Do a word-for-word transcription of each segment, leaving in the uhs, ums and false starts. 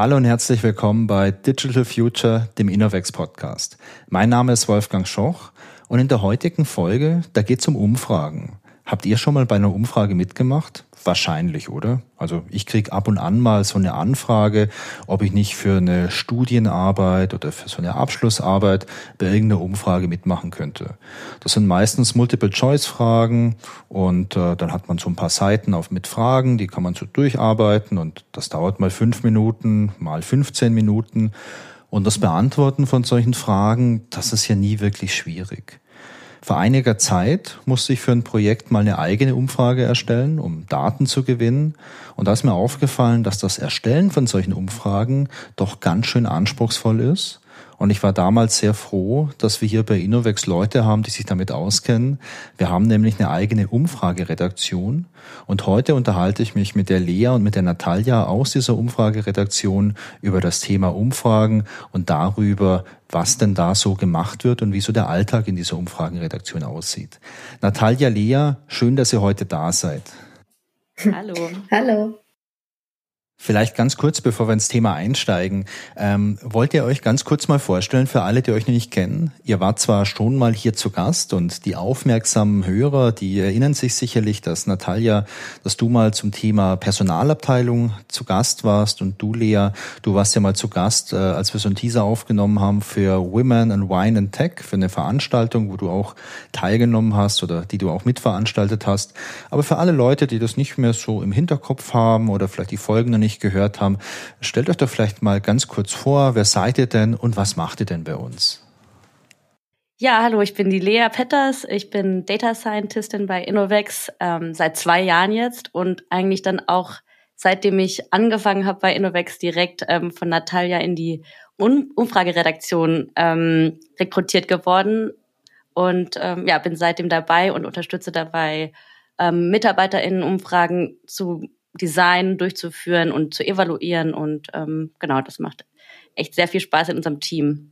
Hallo und herzlich willkommen bei Digital Future, dem Innovex Podcast. Mein Name ist Wolfgang Schoch und in der heutigen Folge, da geht es um Umfragen. Habt ihr schon mal bei einer Umfrage mitgemacht? Wahrscheinlich, oder? Also ich kriege ab und an mal so eine Anfrage, ob ich nicht für eine Studienarbeit oder für so eine Abschlussarbeit bei irgendeiner Umfrage mitmachen könnte. Das sind meistens Multiple-Choice-Fragen und äh, dann hat man so ein paar Seiten auf mit Fragen, die kann man so durcharbeiten und das dauert mal fünf Minuten, mal fünfzehn Minuten. Und das Beantworten von solchen Fragen, das ist ja nie wirklich schwierig. Vor einiger Zeit musste ich für ein Projekt mal eine eigene Umfrage erstellen, um Daten zu gewinnen. Und da ist mir aufgefallen, dass das Erstellen von solchen Umfragen doch ganz schön anspruchsvoll ist. Und ich war damals sehr froh, dass wir hier bei Innovex Leute haben, die sich damit auskennen. Wir haben nämlich eine eigene Umfrageredaktion. Und heute unterhalte ich mich mit der Lea und mit der Natalia aus dieser Umfrageredaktion über das Thema Umfragen und darüber, was denn da so gemacht wird und wie so der Alltag in dieser Umfragenredaktion aussieht. Natalia, Lea, schön, dass ihr heute da seid. Hallo. Hallo. Vielleicht ganz kurz, bevor wir ins Thema einsteigen, ähm, wollt ihr euch ganz kurz mal vorstellen, für alle, die euch noch nicht kennen. Ihr wart zwar schon mal hier zu Gast und die aufmerksamen Hörer, die erinnern sich sicherlich, dass Natalia, dass du mal zum Thema Personalabteilung zu Gast warst und du, Lea, du warst ja mal zu Gast, äh, als wir so einen Teaser aufgenommen haben für Women and Wine and Tech, für eine Veranstaltung, wo du auch teilgenommen hast oder die du auch mitveranstaltet hast. Aber für alle Leute, die das nicht mehr so im Hinterkopf haben oder vielleicht die Folgen noch nicht gehört haben, stellt euch doch vielleicht mal ganz kurz vor, wer seid ihr denn und was macht ihr denn bei uns? Ja, hallo, ich bin die Lea Petters, ich bin Data Scientistin bei Innovex ähm, seit zwei Jahren jetzt und eigentlich dann auch, seitdem ich angefangen habe bei Innovex, direkt ähm, von Natalia in die um- Umfrageredaktion ähm, rekrutiert geworden und ähm, ja, bin seitdem dabei und unterstütze dabei, ähm, MitarbeiterInnen-Umfragen zu Design durchzuführen und zu evaluieren und ähm, genau, das macht echt sehr viel Spaß in unserem Team.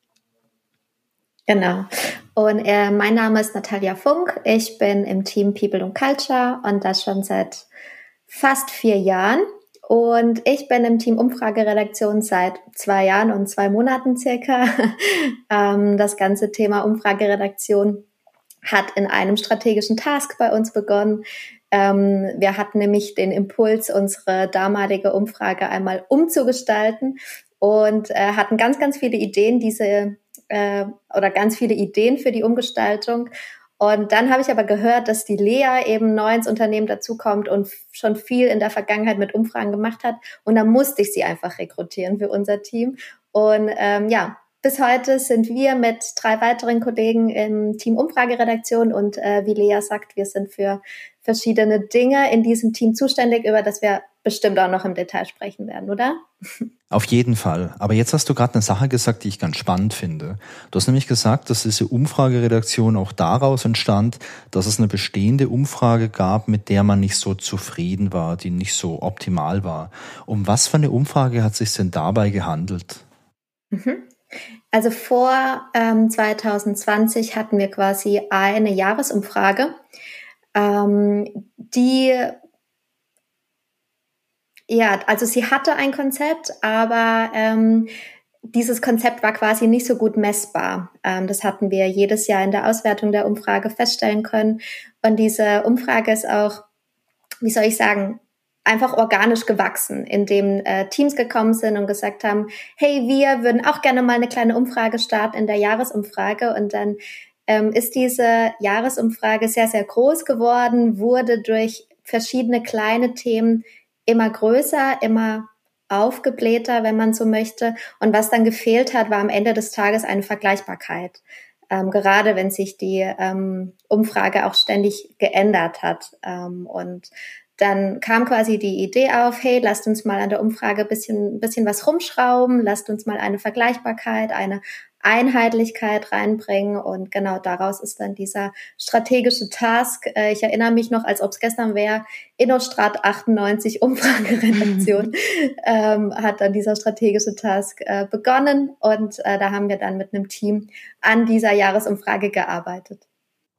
Genau. Und äh, mein Name ist Natalia Funk. Ich bin im Team People und Culture und das schon seit fast vier Jahren. Und ich bin im Team Umfrageredaktion seit zwei Jahren und zwei Monaten circa. ähm, das ganze Thema Umfrageredaktion hat in einem strategischen Task bei uns begonnen. Ähm, wir hatten nämlich den Impuls, unsere damalige Umfrage einmal umzugestalten und äh, hatten ganz, ganz viele Ideen, diese äh, oder ganz viele Ideen für die Umgestaltung. Und dann habe ich aber gehört, dass die Lea eben neu ins Unternehmen dazukommt und schon viel in der Vergangenheit mit Umfragen gemacht hat. Und dann musste ich sie einfach rekrutieren für unser Team. Und ähm, ja, bis heute sind wir mit drei weiteren Kollegen im Team Umfrageredaktion und äh, wie Lea sagt, wir sind für verschiedene Dinge in diesem Team zuständig, über das wir bestimmt auch noch im Detail sprechen werden, oder? Auf jeden Fall. Aber jetzt hast du gerade eine Sache gesagt, die ich ganz spannend finde. Du hast nämlich gesagt, dass diese Umfrageredaktion auch daraus entstand, dass es eine bestehende Umfrage gab, mit der man nicht so zufrieden war, die nicht so optimal war. Um was für eine Umfrage hat es sich denn dabei gehandelt? Mhm. Also vor ähm, zwanzig zwanzig hatten wir quasi eine Jahresumfrage, ähm, die, ja, also sie hatte ein Konzept, aber ähm, dieses Konzept war quasi nicht so gut messbar. Ähm, das hatten wir jedes Jahr in der Auswertung der Umfrage feststellen können. Und diese Umfrage ist auch, wie soll ich sagen, einfach organisch gewachsen, indem äh, Teams gekommen sind und gesagt haben, hey, wir würden auch gerne mal eine kleine Umfrage starten in der Jahresumfrage. Und dann ähm, ist diese Jahresumfrage sehr, sehr groß geworden, wurde durch verschiedene kleine Themen immer größer, immer aufgeblähter, wenn man so möchte. Und was dann gefehlt hat, war am Ende des Tages eine Vergleichbarkeit. Ähm, gerade wenn sich die ähm, Umfrage auch ständig geändert hat. Ähm, und dann kam quasi die Idee auf, hey, lasst uns mal an der Umfrage ein bisschen, bisschen was rumschrauben, lasst uns mal eine Vergleichbarkeit, eine Einheitlichkeit reinbringen und genau daraus ist dann dieser strategische Task. Äh, ich erinnere mich noch, als ob es gestern wäre, Innostrat achtundneunzig Umfrageredaktion ähm, hat dann dieser strategische Task äh, begonnen und äh, da haben wir dann mit einem Team an dieser Jahresumfrage gearbeitet.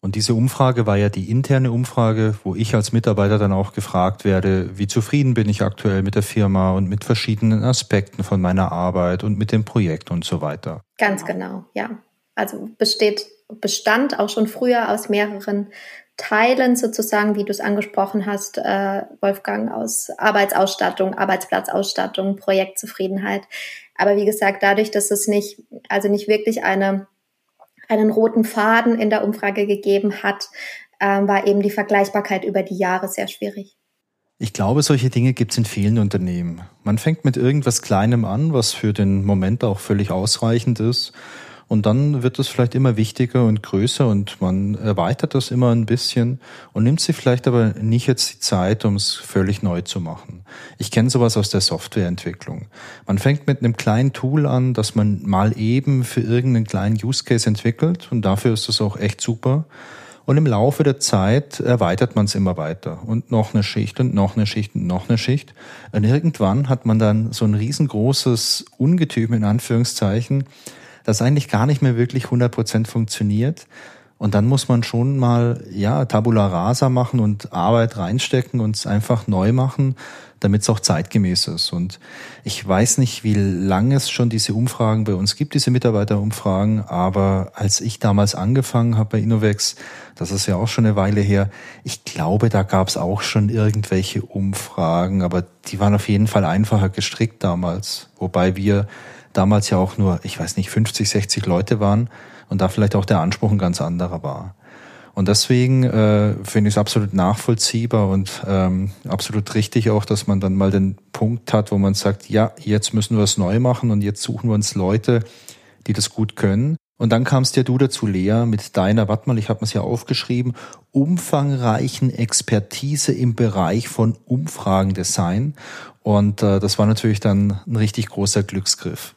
Und diese Umfrage war ja die interne Umfrage, wo ich als Mitarbeiter dann auch gefragt werde, wie zufrieden bin ich aktuell mit der Firma und mit verschiedenen Aspekten von meiner Arbeit und mit dem Projekt und so weiter. Ganz genau, ja. Also besteht, bestand auch schon früher aus mehreren Teilen sozusagen, wie du es angesprochen hast, äh, Wolfgang, aus Arbeitsausstattung, Arbeitsplatzausstattung, Projektzufriedenheit. Aber wie gesagt, dadurch, dass es nicht, also nicht wirklich eine, einen roten Faden in der Umfrage gegeben hat, äh, war eben die Vergleichbarkeit über die Jahre sehr schwierig. Ich glaube, solche Dinge gibt es in vielen Unternehmen. Man fängt mit irgendwas Kleinem an, was für den Moment auch völlig ausreichend ist. Und dann wird es vielleicht immer wichtiger und größer und man erweitert das immer ein bisschen und nimmt sich vielleicht aber nicht jetzt die Zeit, um es völlig neu zu machen. Ich kenne sowas aus der Softwareentwicklung. Man fängt mit einem kleinen Tool an, das man mal eben für irgendeinen kleinen Use Case entwickelt und dafür ist es auch echt super. Und im Laufe der Zeit erweitert man es immer weiter und noch eine Schicht und noch eine Schicht und noch eine Schicht. Und irgendwann hat man dann so ein riesengroßes Ungetüm in Anführungszeichen, das eigentlich gar nicht mehr wirklich hundert Prozent funktioniert. Und dann muss man schon mal, ja, Tabula Rasa machen und Arbeit reinstecken und es einfach neu machen, damit es auch zeitgemäß ist. Und ich weiß nicht, wie lange es schon diese Umfragen bei uns gibt, diese Mitarbeiterumfragen, aber als ich damals angefangen habe bei Innovex, das ist ja auch schon eine Weile her, ich glaube, da gab es auch schon irgendwelche Umfragen, aber die waren auf jeden Fall einfacher gestrickt damals, wobei wir damals ja auch nur, ich weiß nicht, fünfzig, sechzig Leute waren und da vielleicht auch der Anspruch ein ganz anderer war. Und deswegen äh, finde ich es absolut nachvollziehbar und ähm, absolut richtig auch, dass man dann mal den Punkt hat, wo man sagt, ja, jetzt müssen wir es neu machen und jetzt suchen wir uns Leute, die das gut können. Und dann kamst ja du dazu, Lea, mit deiner, warte mal, ich habe mir es ja aufgeschrieben, umfangreichen Expertise im Bereich von Umfragendesign. Und äh, das war natürlich dann ein richtig großer Glücksgriff.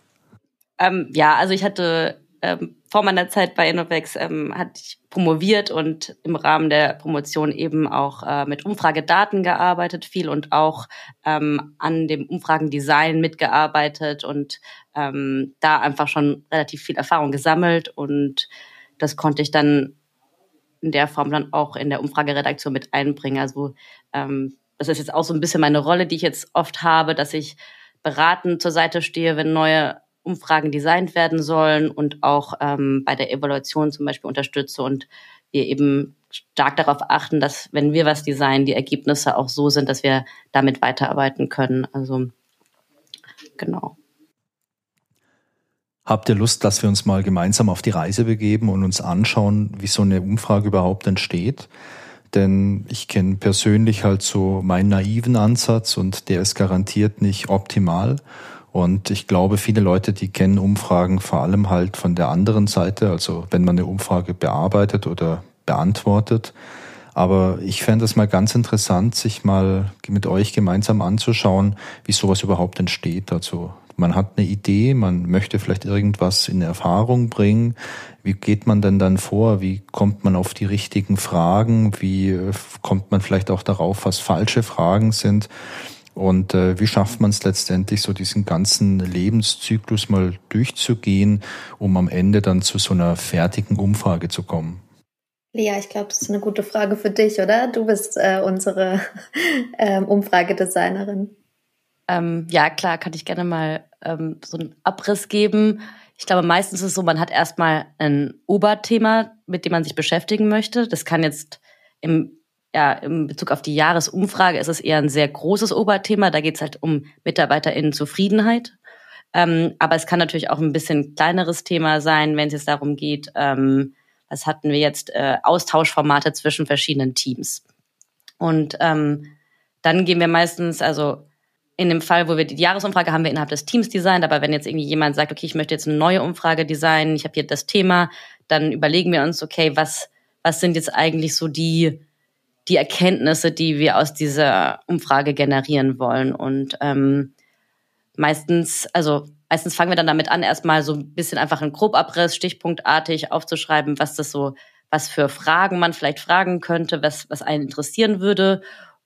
Ähm, ja, also ich hatte ähm, vor meiner Zeit bei Innovex ähm, hatte ich promoviert und im Rahmen der Promotion eben auch äh, mit Umfragedaten gearbeitet, viel und auch ähm, an dem Umfragendesign mitgearbeitet und ähm, da einfach schon relativ viel Erfahrung gesammelt und das konnte ich dann in der Form dann auch in der Umfrageredaktion mit einbringen. Also ähm, das ist jetzt auch so ein bisschen meine Rolle, die ich jetzt oft habe, dass ich beratend zur Seite stehe, wenn neue Umfragen designt werden sollen und auch ähm, bei der Evaluation zum Beispiel unterstütze und wir eben stark darauf achten, dass, wenn wir was designen, die Ergebnisse auch so sind, dass wir damit weiterarbeiten können. Also genau. Habt ihr Lust, dass wir uns mal gemeinsam auf die Reise begeben und uns anschauen, wie so eine Umfrage überhaupt entsteht? Denn ich kenne persönlich halt so meinen naiven Ansatz und der ist garantiert nicht optimal. Und ich glaube, viele Leute, die kennen Umfragen vor allem halt von der anderen Seite, also wenn man eine Umfrage bearbeitet oder beantwortet. Aber ich fände es mal ganz interessant, sich mal mit euch gemeinsam anzuschauen, wie sowas überhaupt entsteht. Also man hat eine Idee, man möchte vielleicht irgendwas in Erfahrung bringen. Wie geht man denn dann vor? Wie kommt man auf die richtigen Fragen? Wie kommt man vielleicht auch darauf, was falsche Fragen sind? Und äh, wie schafft man es letztendlich, so diesen ganzen Lebenszyklus mal durchzugehen, um am Ende dann zu so einer fertigen Umfrage zu kommen? Lea, ich glaube, das ist eine gute Frage für dich, oder? Du bist äh, unsere ähm, Umfragedesignerin. Ähm, ja, klar, kann ich gerne mal ähm, so einen Abriss geben. Ich glaube, meistens ist es so, man hat erstmal ein Oberthema, mit dem man sich beschäftigen möchte. Das kann jetzt im Ja, in Bezug auf die Jahresumfrage ist es eher ein sehr großes Oberthema. Da geht es halt um MitarbeiterInnen-Zufriedenheit. Ähm, aber es kann natürlich auch ein bisschen kleineres Thema sein, wenn es jetzt darum geht, ähm, was hatten wir jetzt, äh, Austauschformate zwischen verschiedenen Teams. Und ähm, dann gehen wir meistens, also in dem Fall, wo wir die Jahresumfrage haben wir innerhalb des Teams designt, aber wenn jetzt irgendwie jemand sagt, okay, ich möchte jetzt eine neue Umfrage designen, ich habe hier das Thema, dann überlegen wir uns, okay, was was sind jetzt eigentlich so die die Erkenntnisse, die wir aus dieser Umfrage generieren wollen. Und ähm, meistens, also meistens fangen wir dann damit an, erstmal so ein bisschen einfach einen Grobabriss, stichpunktartig aufzuschreiben, was das so, was für Fragen man vielleicht fragen könnte, was, was einen interessieren würde.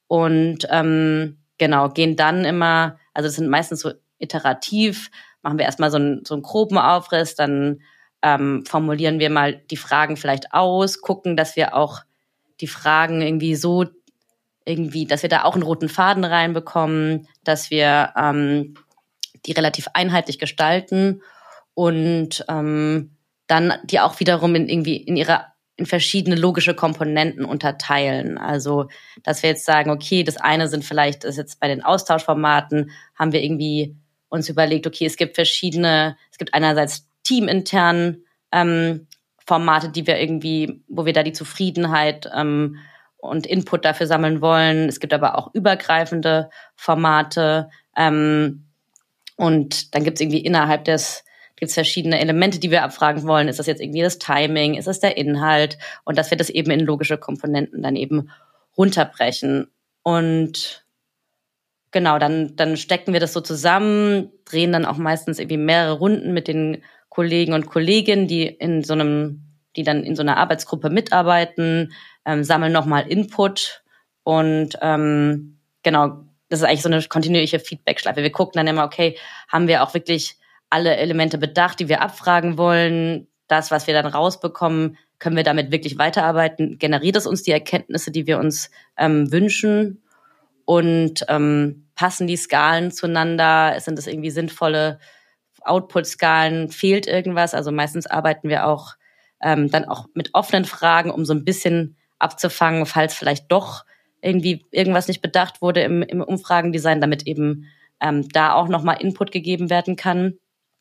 Und ähm, genau, gehen dann immer, also das sind meistens so iterativ, machen wir erstmal so einen, so einen groben Aufriss, dann ähm, formulieren wir mal die Fragen vielleicht aus, gucken, dass wir auch die Fragen irgendwie so, irgendwie, dass wir da auch einen roten Faden reinbekommen, dass wir ähm, die relativ einheitlich gestalten und ähm, dann die auch wiederum in irgendwie in ihre in verschiedene logische Komponenten unterteilen. Also, dass wir jetzt sagen, okay, das eine sind vielleicht, das ist jetzt bei den Austauschformaten, haben wir irgendwie uns überlegt, okay, es gibt verschiedene, es gibt einerseits teamintern ähm, Formate, die wir irgendwie, wo wir da die Zufriedenheit ähm, und Input dafür sammeln wollen. Es gibt aber auch übergreifende Formate ähm, und dann gibt es irgendwie innerhalb des gibt es verschiedene Elemente, die wir abfragen wollen. Ist das jetzt irgendwie das Timing? Ist das der Inhalt? Und dass wir das eben in logische Komponenten dann eben runterbrechen. Und genau, dann, dann stecken wir das so zusammen, drehen dann auch meistens irgendwie mehrere Runden mit den Kollegen und Kolleginnen, die in so einem, die dann in so einer Arbeitsgruppe mitarbeiten, ähm, sammeln nochmal Input und ähm, genau, das ist eigentlich so eine kontinuierliche Feedback-Schleife. Wir gucken dann immer, okay, haben wir auch wirklich alle Elemente bedacht, die wir abfragen wollen. Das, was wir dann rausbekommen, können wir damit wirklich weiterarbeiten? Generiert es uns die Erkenntnisse, die wir uns ähm, wünschen? Und ähm, passen die Skalen zueinander? Sind es irgendwie sinnvolle Output-Skalen? Fehlt irgendwas? Also meistens arbeiten wir auch ähm, dann auch mit offenen Fragen, um so ein bisschen abzufangen, falls vielleicht doch irgendwie irgendwas nicht bedacht wurde im, im Umfragendesign, damit eben ähm, da auch nochmal Input gegeben werden kann.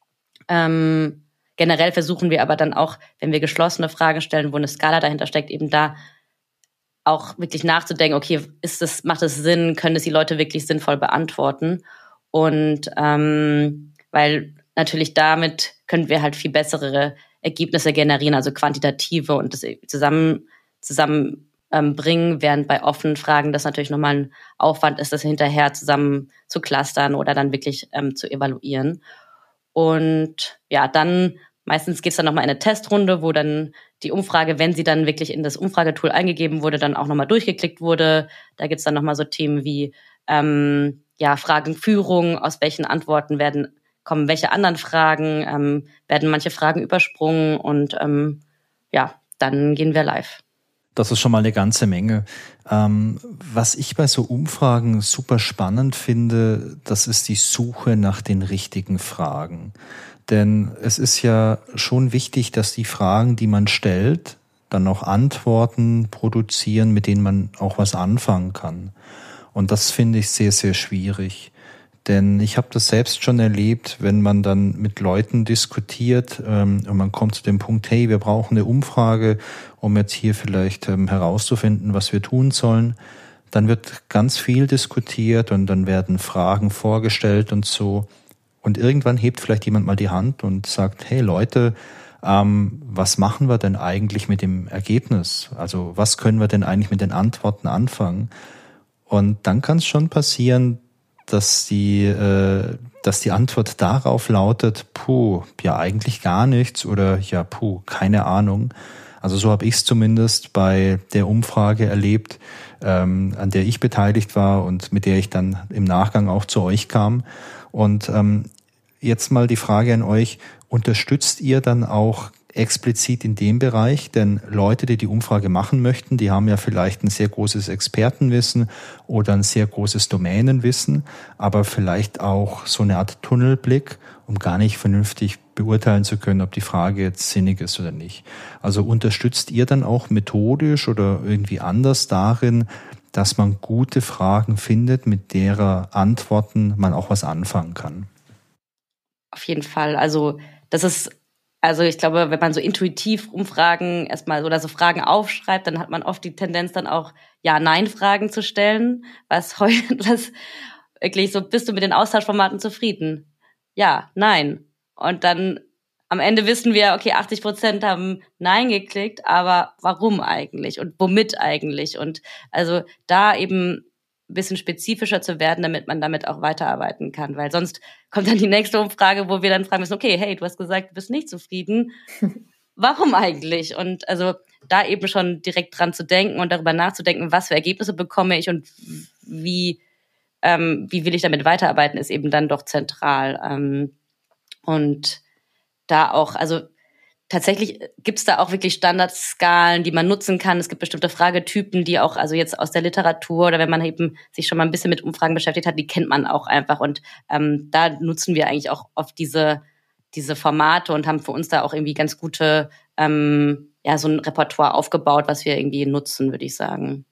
Ähm, generell versuchen wir aber dann auch, wenn wir geschlossene Fragen stellen, wo eine Skala dahinter steckt, eben da auch wirklich nachzudenken, okay, ist das, macht es Sinn, können es die Leute wirklich sinnvoll beantworten? Und ähm, weil natürlich damit können wir halt viel bessere Ergebnisse generieren, also quantitative und das zusammen zusammen ähm, bringen, während bei offenen Fragen das natürlich nochmal ein Aufwand ist, das hinterher zusammen zu clustern oder dann wirklich ähm, zu evaluieren. Und ja, dann meistens geht's dann nochmal in eine Testrunde, wo dann die Umfrage, wenn sie dann wirklich in das Umfragetool eingegeben wurde, dann auch nochmal durchgeklickt wurde. Da gibt's dann nochmal so Themen wie ähm, ja Fragenführung, aus welchen Antworten werden kommen welche anderen Fragen, ähm, werden manche Fragen übersprungen und ähm, ja, dann gehen wir live. Das ist schon mal eine ganze Menge. Ähm, was ich bei so Umfragen super spannend finde, das ist die Suche nach den richtigen Fragen. Denn es ist ja schon wichtig, dass die Fragen, die man stellt, dann auch Antworten produzieren, mit denen man auch was anfangen kann. Und das finde ich sehr, sehr schwierig. Denn ich habe das selbst schon erlebt, wenn man dann mit Leuten diskutiert ähm, und man kommt zu dem Punkt, hey, wir brauchen eine Umfrage, um jetzt hier vielleicht ähm, herauszufinden, was wir tun sollen. Dann wird ganz viel diskutiert und dann werden Fragen vorgestellt und so. Und irgendwann hebt vielleicht jemand mal die Hand und sagt, hey Leute, ähm, was machen wir denn eigentlich mit dem Ergebnis? Also was können wir denn eigentlich mit den Antworten anfangen? Und dann kann es schon passieren, dass die, äh, dass die Antwort darauf lautet, puh, ja eigentlich gar nichts oder ja, puh, keine Ahnung. Also so habe ich es zumindest bei der Umfrage erlebt, ähm, an der ich beteiligt war und mit der ich dann im Nachgang auch zu euch kam. Und ähm, jetzt mal die Frage an euch, unterstützt ihr dann auch explizit in dem Bereich? Denn Leute, die die Umfrage machen möchten, die haben ja vielleicht ein sehr großes Expertenwissen oder ein sehr großes Domänenwissen, aber vielleicht auch so eine Art Tunnelblick, um gar nicht vernünftig beurteilen zu können, ob die Frage jetzt sinnig ist oder nicht. Also unterstützt ihr dann auch methodisch oder irgendwie anders darin, dass man gute Fragen findet, mit derer Antworten man auch was anfangen kann? Auf jeden Fall. Also das ist, also ich glaube, wenn man so intuitiv Umfragen erstmal oder so Fragen aufschreibt, dann hat man oft die Tendenz dann auch Ja-Nein-Fragen zu stellen, was heute, was wirklich so, bist du mit den Austauschformaten zufrieden? Ja, nein. Und dann am Ende wissen wir, okay, achtzig Prozent haben Nein geklickt, aber warum eigentlich und womit eigentlich? Und also da eben ein bisschen spezifischer zu werden, damit man damit auch weiterarbeiten kann. Weil sonst kommt dann die nächste Umfrage, wo wir dann fragen müssen, okay, hey, du hast gesagt, du bist nicht zufrieden. Warum eigentlich? Und also da eben schon direkt dran zu denken und darüber nachzudenken, was für Ergebnisse bekomme ich und wie, ähm, wie will ich damit weiterarbeiten, ist eben dann doch zentral. Ähm, und da auch, also tatsächlich gibt's da auch wirklich Standardskalen, die man nutzen kann. Es gibt bestimmte Fragetypen, die auch, also jetzt aus der Literatur oder wenn man eben sich schon mal ein bisschen mit Umfragen beschäftigt hat, die kennt man auch einfach. Und ähm, da nutzen wir eigentlich auch oft diese diese Formate und haben für uns da auch irgendwie ganz gute, ähm, ja, so ein Repertoire aufgebaut, was wir irgendwie nutzen, würde ich sagen.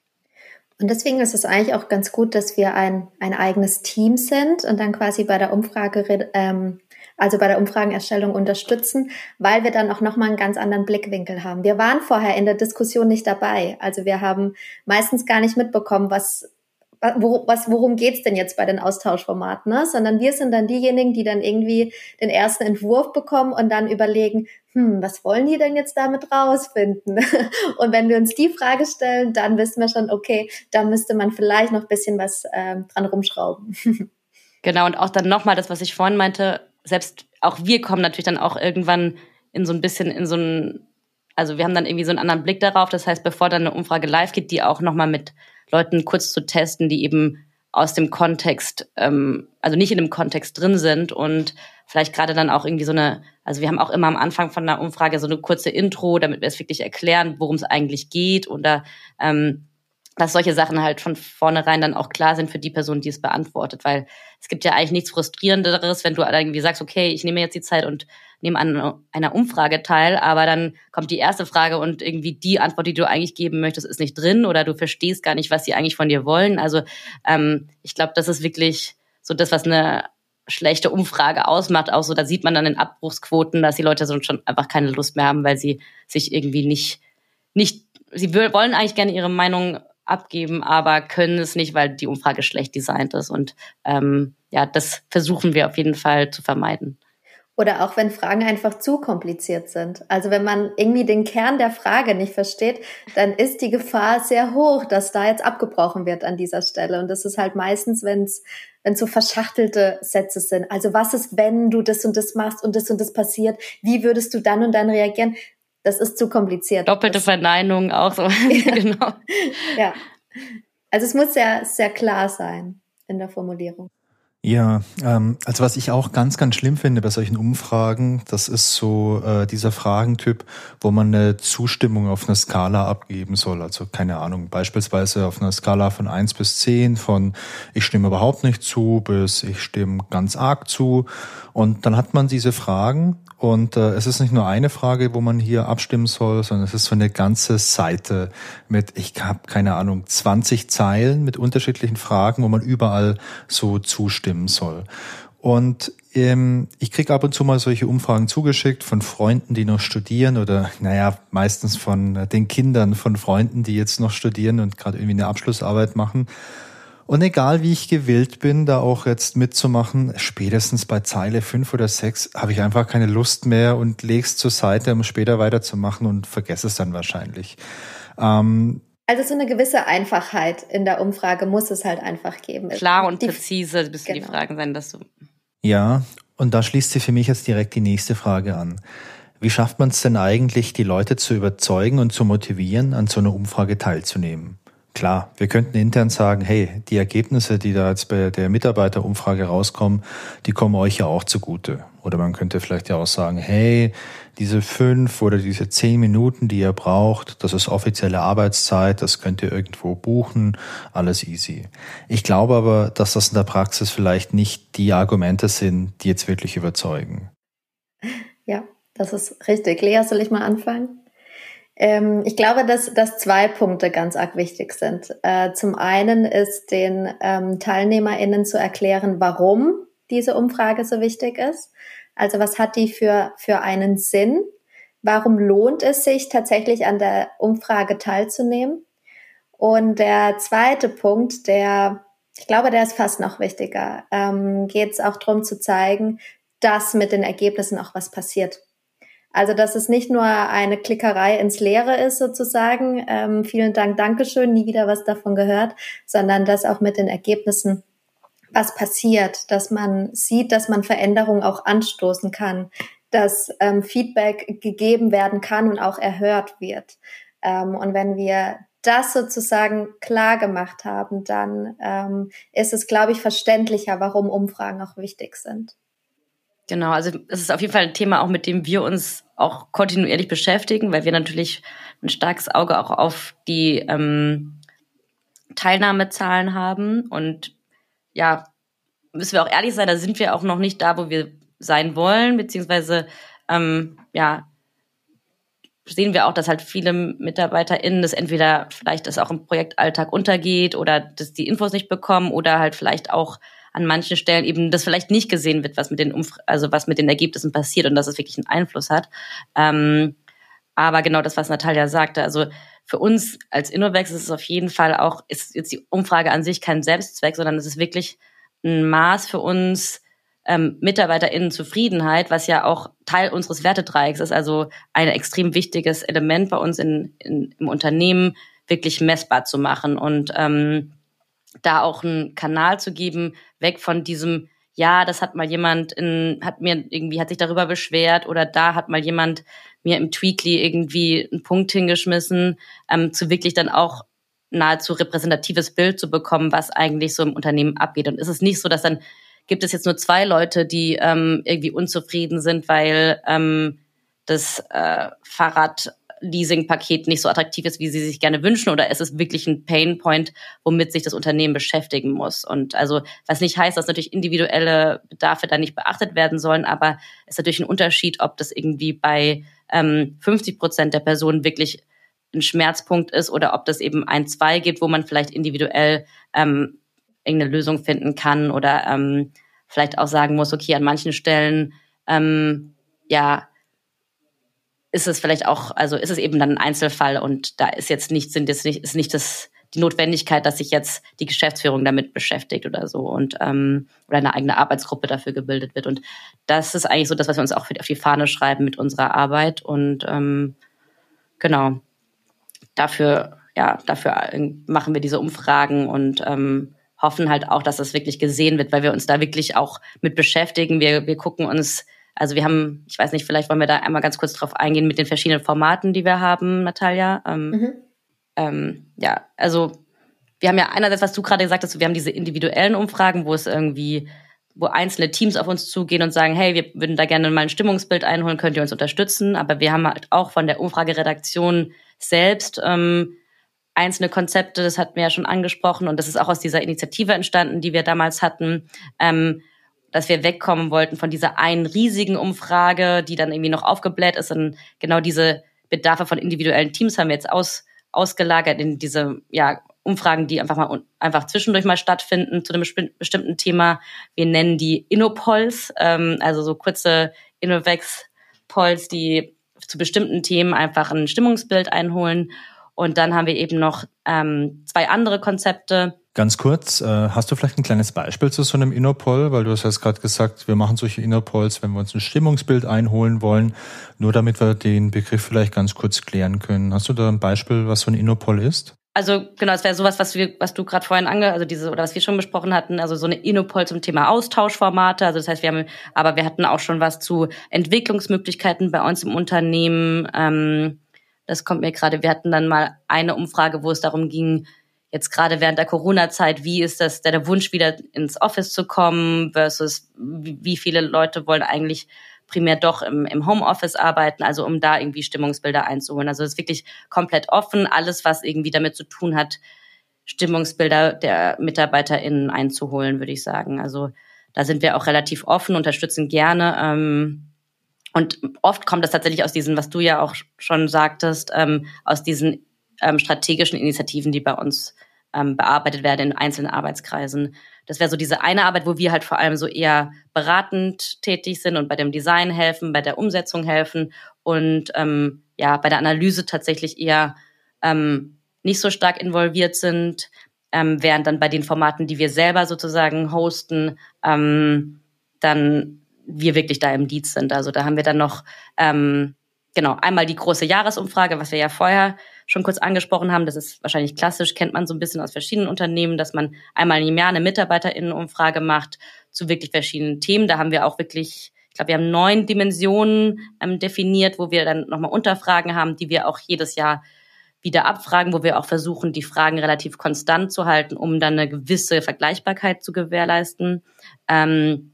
Und deswegen ist es eigentlich auch ganz gut, dass wir ein, ein eigenes Team sind und dann quasi bei der Umfrage, ähm, also bei der Umfragenerstellung unterstützen, weil wir dann auch nochmal einen ganz anderen Blickwinkel haben. Wir waren vorher in der Diskussion nicht dabei. Also wir haben meistens gar nicht mitbekommen, was, wo, was, worum geht's denn jetzt bei den Austauschformaten, ne? Sondern wir sind dann diejenigen, die dann irgendwie den ersten Entwurf bekommen und dann überlegen, hm, was wollen die denn jetzt damit rausfinden? Und wenn wir uns die Frage stellen, dann wissen wir schon, okay, da müsste man vielleicht noch ein bisschen was ähm, dran rumschrauben. Genau, und auch dann nochmal das, was ich vorhin meinte, selbst auch wir kommen natürlich dann auch irgendwann in so ein bisschen in so ein, also wir haben dann irgendwie so einen anderen Blick darauf. Das heißt, bevor dann eine Umfrage live geht, die auch nochmal mit Leuten kurz zu testen, die eben aus dem Kontext, ähm, also nicht in dem Kontext drin sind und vielleicht gerade dann auch irgendwie so eine, also wir haben auch immer am Anfang von einer Umfrage so eine kurze Intro, damit wir es wirklich erklären, worum es eigentlich geht oder ähm, dass solche Sachen halt von vornherein dann auch klar sind für die Person, die es beantwortet, weil es gibt ja eigentlich nichts Frustrierenderes, wenn du irgendwie sagst, okay, ich nehme jetzt die Zeit und nehme an einer Umfrage teil, aber dann kommt die erste Frage und irgendwie die Antwort, die du eigentlich geben möchtest, ist nicht drin oder du verstehst gar nicht, was sie eigentlich von dir wollen. Also ähm, ich glaube, das ist wirklich so das, was eine schlechte Umfrage ausmacht. Auch so, da sieht man dann in Abbruchsquoten, dass die Leute so schon einfach keine Lust mehr haben, weil sie sich irgendwie nicht, nicht, sie wollen eigentlich gerne ihre Meinung abgeben, aber können es nicht, weil die Umfrage schlecht designt ist. Und ähm, ja, das versuchen wir auf jeden Fall zu vermeiden. Oder auch wenn Fragen einfach zu kompliziert sind. Also wenn man irgendwie den Kern der Frage nicht versteht, dann ist die Gefahr sehr hoch, dass da jetzt abgebrochen wird an dieser Stelle. Und das ist halt meistens, wenn es wenn so verschachtelte Sätze sind. Also was ist, wenn du das und das machst und das und das passiert? Wie würdest du dann und dann reagieren? Das ist zu kompliziert. Doppelte das, Verneinung auch so. Ja. Genau. Ja. Also es muss sehr, sehr klar sein in der Formulierung. Ja, ähm, also was ich auch ganz, ganz schlimm finde bei solchen Umfragen, das ist so äh, dieser Fragentyp, wo man eine Zustimmung auf einer Skala abgeben soll. Also keine Ahnung, beispielsweise auf einer Skala von eins bis zehn, von ich stimme überhaupt nicht zu bis ich stimme ganz arg zu. Und dann hat man diese Fragen und äh, es ist nicht nur eine Frage, wo man hier abstimmen soll, sondern es ist so eine ganze Seite mit, ich habe keine Ahnung, zwanzig Zeilen mit unterschiedlichen Fragen, wo man überall so zustimmen soll. Und ähm, ich kriege ab und zu mal solche Umfragen zugeschickt von Freunden, die noch studieren oder naja, meistens von den Kindern von Freunden, die jetzt noch studieren und gerade irgendwie eine Abschlussarbeit machen. Und egal wie ich gewillt bin, da auch jetzt mitzumachen, spätestens bei Zeile fünf oder sechs habe ich einfach keine Lust mehr und leg's zur Seite, um später weiterzumachen und vergesse es dann wahrscheinlich. Ähm, Also so eine gewisse Einfachheit in der Umfrage muss es halt einfach geben. Klar und die, präzise müssen genau. Die Fragen sein, dass du... Ja, und da schließt sich für mich jetzt direkt die nächste Frage an. Wie schafft man es denn eigentlich, die Leute zu überzeugen und zu motivieren, an so einer Umfrage teilzunehmen? Klar, wir könnten intern sagen, hey, die Ergebnisse, die da jetzt bei der Mitarbeiterumfrage rauskommen, die kommen euch ja auch zugute. Oder man könnte vielleicht ja auch sagen, hey, diese fünf oder diese zehn Minuten, die ihr braucht, das ist offizielle Arbeitszeit, das könnt ihr irgendwo buchen, alles easy. Ich glaube aber, dass das in der Praxis vielleicht nicht die Argumente sind, die jetzt wirklich überzeugen. Ja, das ist richtig. Lea, soll ich mal anfangen? Ähm, ich glaube, dass, dass zwei Punkte ganz arg wichtig sind. Äh, zum einen ist den ähm, TeilnehmerInnen zu erklären, warum diese Umfrage so wichtig ist. Also was hat die für, für einen Sinn? Warum lohnt es sich tatsächlich an der Umfrage teilzunehmen? Und der zweite Punkt, der, ich glaube, der ist fast noch wichtiger, ähm, geht es auch darum zu zeigen, dass mit den Ergebnissen auch was passiert. Also, dass es nicht nur eine Klickerei ins Leere ist sozusagen, ähm, vielen Dank, Dankeschön, nie wieder was davon gehört, sondern dass auch mit den Ergebnissen was passiert, dass man sieht, dass man Veränderungen auch anstoßen kann, dass ähm, Feedback gegeben werden kann und auch erhört wird. Ähm, und wenn wir das sozusagen klar gemacht haben, dann ähm, ist es, glaube ich, verständlicher, warum Umfragen auch wichtig sind. Genau, also es ist auf jeden Fall ein Thema, auch mit dem wir uns auch kontinuierlich beschäftigen, weil wir natürlich ein starkes Auge auch auf die ähm, Teilnahmezahlen haben. Und ja, müssen wir auch ehrlich sein, da sind wir auch noch nicht da, wo wir sein wollen, beziehungsweise ähm, ja, sehen wir auch, dass halt viele MitarbeiterInnen das entweder vielleicht das auch im Projektalltag untergeht oder dass die Infos nicht bekommen oder halt vielleicht auch an manchen Stellen eben das vielleicht nicht gesehen wird, was mit den Umf- also was mit den Ergebnissen passiert und dass es wirklich einen Einfluss hat. Ähm, aber genau das, was Natalia sagte, also für uns als Innovex ist es auf jeden Fall auch, ist jetzt die Umfrage an sich kein Selbstzweck, sondern es ist wirklich ein Maß für uns, ähm, MitarbeiterInnen-Zufriedenheit, was ja auch Teil unseres Wertedreiecks ist, also ein extrem wichtiges Element bei uns in, in, im Unternehmen, wirklich messbar zu machen und ähm, da auch einen Kanal zu geben, weg von diesem, ja, das hat mal jemand in, hat mir irgendwie, hat sich darüber beschwert oder da hat mal jemand mir im Tweakly irgendwie einen Punkt hingeschmissen, ähm, zu wirklich dann auch nahezu repräsentatives Bild zu bekommen, was eigentlich so im Unternehmen abgeht. Und es ist nicht so, dass dann gibt es jetzt nur zwei Leute, die ähm, irgendwie unzufrieden sind, weil ähm, das äh, Fahrradleasing-Paket nicht so attraktiv ist, wie sie sich gerne wünschen, oder es ist wirklich ein Painpoint, womit sich das Unternehmen beschäftigen muss. Und also, was nicht heißt, dass natürlich individuelle Bedarfe da nicht beachtet werden sollen, aber es ist natürlich ein Unterschied, ob das irgendwie bei ähm, fünfzig Prozent der Personen wirklich ein Schmerzpunkt ist oder ob das eben ein, zwei gibt, wo man vielleicht individuell ähm, irgendeine Lösung finden kann oder ähm, vielleicht auch sagen muss, okay, an manchen Stellen ähm, ja ist es vielleicht auch, also ist es eben dann ein Einzelfall und da ist jetzt nicht, sind jetzt nicht, ist nicht das die Notwendigkeit, dass sich jetzt die Geschäftsführung damit beschäftigt oder so und ähm, oder eine eigene Arbeitsgruppe dafür gebildet wird. Und das ist eigentlich so das, was wir uns auch auf die Fahne schreiben mit unserer Arbeit und ähm, genau dafür, ja, dafür machen wir diese Umfragen und ähm, hoffen halt auch, dass das wirklich gesehen wird, weil wir uns da wirklich auch mit beschäftigen. Wir, wir gucken uns, also wir haben, ich weiß nicht, vielleicht wollen wir da einmal ganz kurz drauf eingehen mit den verschiedenen Formaten, die wir haben, Natalia. Ähm, mhm. ähm, ja, also wir haben ja einerseits, was du gerade gesagt hast, wir haben diese individuellen Umfragen, wo es irgendwie, wo einzelne Teams auf uns zugehen und sagen, hey, wir würden da gerne mal ein Stimmungsbild einholen, könnt ihr uns unterstützen? Aber wir haben halt auch von der Umfrageredaktion selbst ähm, einzelne Konzepte, das hatten wir ja schon angesprochen und das ist auch aus dieser Initiative entstanden, die wir damals hatten, ähm, dass wir wegkommen wollten von dieser einen riesigen Umfrage, die dann irgendwie noch aufgebläht ist und genau diese Bedarfe von individuellen Teams haben wir jetzt aus, ausgelagert in diese ja, Umfragen, die einfach mal einfach zwischendurch mal stattfinden zu einem bestimmten Thema. Wir nennen die Innopolls, ähm, also so kurze Innovex-Polls, die zu bestimmten Themen einfach ein Stimmungsbild einholen. Und dann haben wir eben noch ähm, zwei andere Konzepte. Ganz kurz, äh, hast du vielleicht ein kleines Beispiel zu so einem Innopoll? Weil du hast jetzt gerade gesagt, wir machen solche Innopolls, wenn wir uns ein Stimmungsbild einholen wollen, nur damit wir den Begriff vielleicht ganz kurz klären können. Hast du da ein Beispiel, was so ein Innopoll ist? Also genau, es wäre sowas, was wir, was du gerade vorhin ange, also diese oder was wir schon besprochen hatten, also so eine Innopoll zum Thema Austauschformate. Also das heißt, wir haben, aber wir hatten auch schon was zu Entwicklungsmöglichkeiten bei uns im Unternehmen. Ähm, das kommt mir gerade. Wir hatten dann mal eine Umfrage, wo es darum ging, jetzt gerade während der Corona-Zeit, wie ist das der Wunsch, wieder ins Office zu kommen versus wie viele Leute wollen eigentlich primär doch im, im Homeoffice arbeiten, also um da irgendwie Stimmungsbilder einzuholen. Also es ist wirklich komplett offen, alles, was irgendwie damit zu tun hat, Stimmungsbilder der MitarbeiterInnen einzuholen, würde ich sagen. Also da sind wir auch relativ offen, unterstützen gerne. Ähm, und oft kommt das tatsächlich aus diesen, was du ja auch schon sagtest, ähm, aus diesen ähm, strategischen Initiativen, die bei uns ähm, bearbeitet werden in einzelnen Arbeitskreisen. Das wäre so diese eine Arbeit, wo wir halt vor allem so eher beratend tätig sind und bei dem Design helfen, bei der Umsetzung helfen und ähm, ja bei der Analyse tatsächlich eher ähm, nicht so stark involviert sind, ähm, während dann bei den Formaten, die wir selber sozusagen hosten, ähm, dann wir wirklich da im Lead sind. Also da haben wir dann noch ähm, genau einmal die große Jahresumfrage, was wir ja vorher schon kurz angesprochen haben. Das ist wahrscheinlich klassisch, kennt man so ein bisschen aus verschiedenen Unternehmen, dass man einmal im Jahr eine MitarbeiterInnenumfrage macht zu wirklich verschiedenen Themen. Da haben wir auch wirklich, ich glaube, wir haben neun Dimensionen ähm, definiert, wo wir dann nochmal Unterfragen haben, die wir auch jedes Jahr wieder abfragen, wo wir auch versuchen, die Fragen relativ konstant zu halten, um dann eine gewisse Vergleichbarkeit zu gewährleisten. Ähm,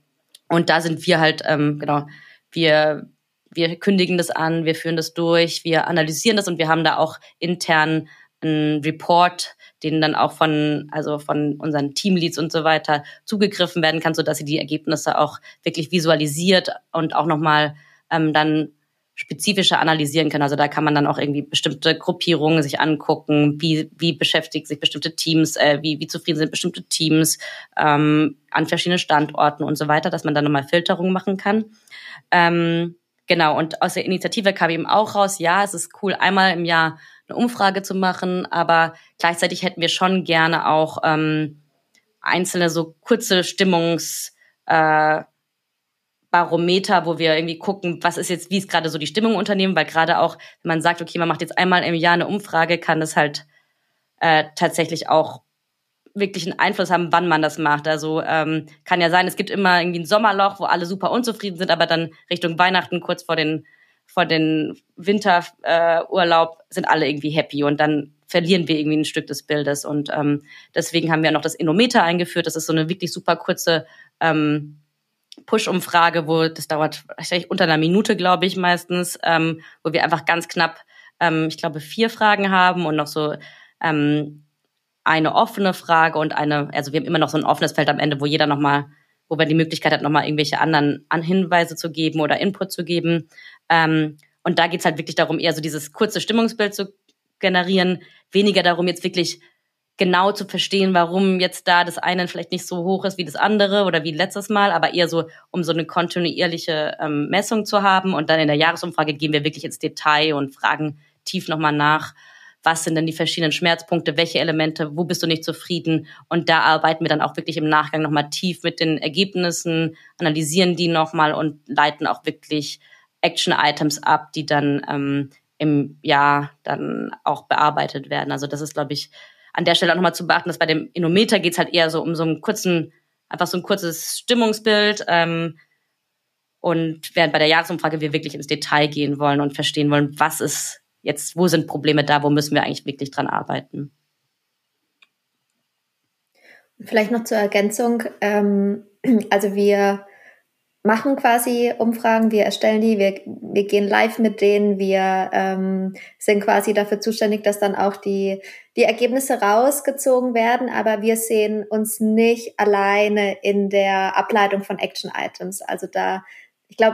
Und da sind wir halt, ähm, genau, wir wir kündigen das an, wir führen das durch, wir analysieren das und wir haben da auch intern einen Report, den dann auch von, also von unseren Teamleads und so weiter zugegriffen werden kann, sodass sie die Ergebnisse auch wirklich visualisiert und auch nochmal ähm, dann spezifischer analysieren können. Also da kann man dann auch irgendwie bestimmte Gruppierungen sich angucken, wie wie beschäftigen sich bestimmte Teams, äh, wie wie zufrieden sind bestimmte Teams ähm, an verschiedenen Standorten und so weiter, dass man dann nochmal Filterungen machen kann. Ähm, genau, und aus der Initiative kam eben auch raus, ja, es ist cool, einmal im Jahr eine Umfrage zu machen, aber gleichzeitig hätten wir schon gerne auch ähm, einzelne so kurze Stimmungs äh, Barometer, wo wir irgendwie gucken, was ist jetzt, wie ist gerade so die Stimmung im Unternehmen, weil gerade auch, wenn man sagt, okay, man macht jetzt einmal im Jahr eine Umfrage, kann das halt äh, tatsächlich auch wirklich einen Einfluss haben, wann man das macht. Also ähm, kann ja sein, es gibt immer irgendwie ein Sommerloch, wo alle super unzufrieden sind, aber dann Richtung Weihnachten, kurz vor den vor den Winterurlaub, äh, sind alle irgendwie happy und dann verlieren wir irgendwie ein Stück des Bildes. Und ähm, deswegen haben wir noch das Innometer eingeführt. Das ist so eine wirklich super kurze ähm, Push-Umfrage, wo das dauert unter einer Minute, glaube ich, meistens, ähm, wo wir einfach ganz knapp, ähm, ich glaube, vier Fragen haben und noch so ähm, eine offene Frage und eine, also wir haben immer noch so ein offenes Feld am Ende, wo jeder nochmal, wo man die Möglichkeit hat, nochmal irgendwelche anderen Hinweise zu geben oder Input zu geben. Ähm, und da geht's halt wirklich darum, eher so dieses kurze Stimmungsbild zu generieren, weniger darum, jetzt wirklich genau zu verstehen, warum jetzt da das eine vielleicht nicht so hoch ist wie das andere oder wie letztes Mal, aber eher so, um so eine kontinuierliche ähm, Messung zu haben. Und dann in der Jahresumfrage gehen wir wirklich ins Detail und fragen tief nochmal nach, was sind denn die verschiedenen Schmerzpunkte, welche Elemente, wo bist du nicht zufrieden? Und da arbeiten wir dann auch wirklich im Nachgang nochmal tief mit den Ergebnissen, analysieren die nochmal und leiten auch wirklich Action-Items ab, die dann ähm, im Jahr dann auch bearbeitet werden. Also das ist, glaube ich, an der Stelle auch nochmal zu beachten, dass bei dem Innometer geht's halt eher so um so einen kurzen, einfach so ein kurzes Stimmungsbild. Ähm, und während bei der Jahresumfrage wir wirklich ins Detail gehen wollen und verstehen wollen, was ist jetzt, wo sind Probleme da, wo müssen wir eigentlich wirklich dran arbeiten. Vielleicht noch zur Ergänzung. Ähm, also wir machen quasi Umfragen, wir erstellen die, wir, wir gehen live mit denen, wir ähm, sind quasi dafür zuständig, dass dann auch die, die Ergebnisse rausgezogen werden, aber wir sehen uns nicht alleine in der Ableitung von Action-Items. Also da, ich glaube,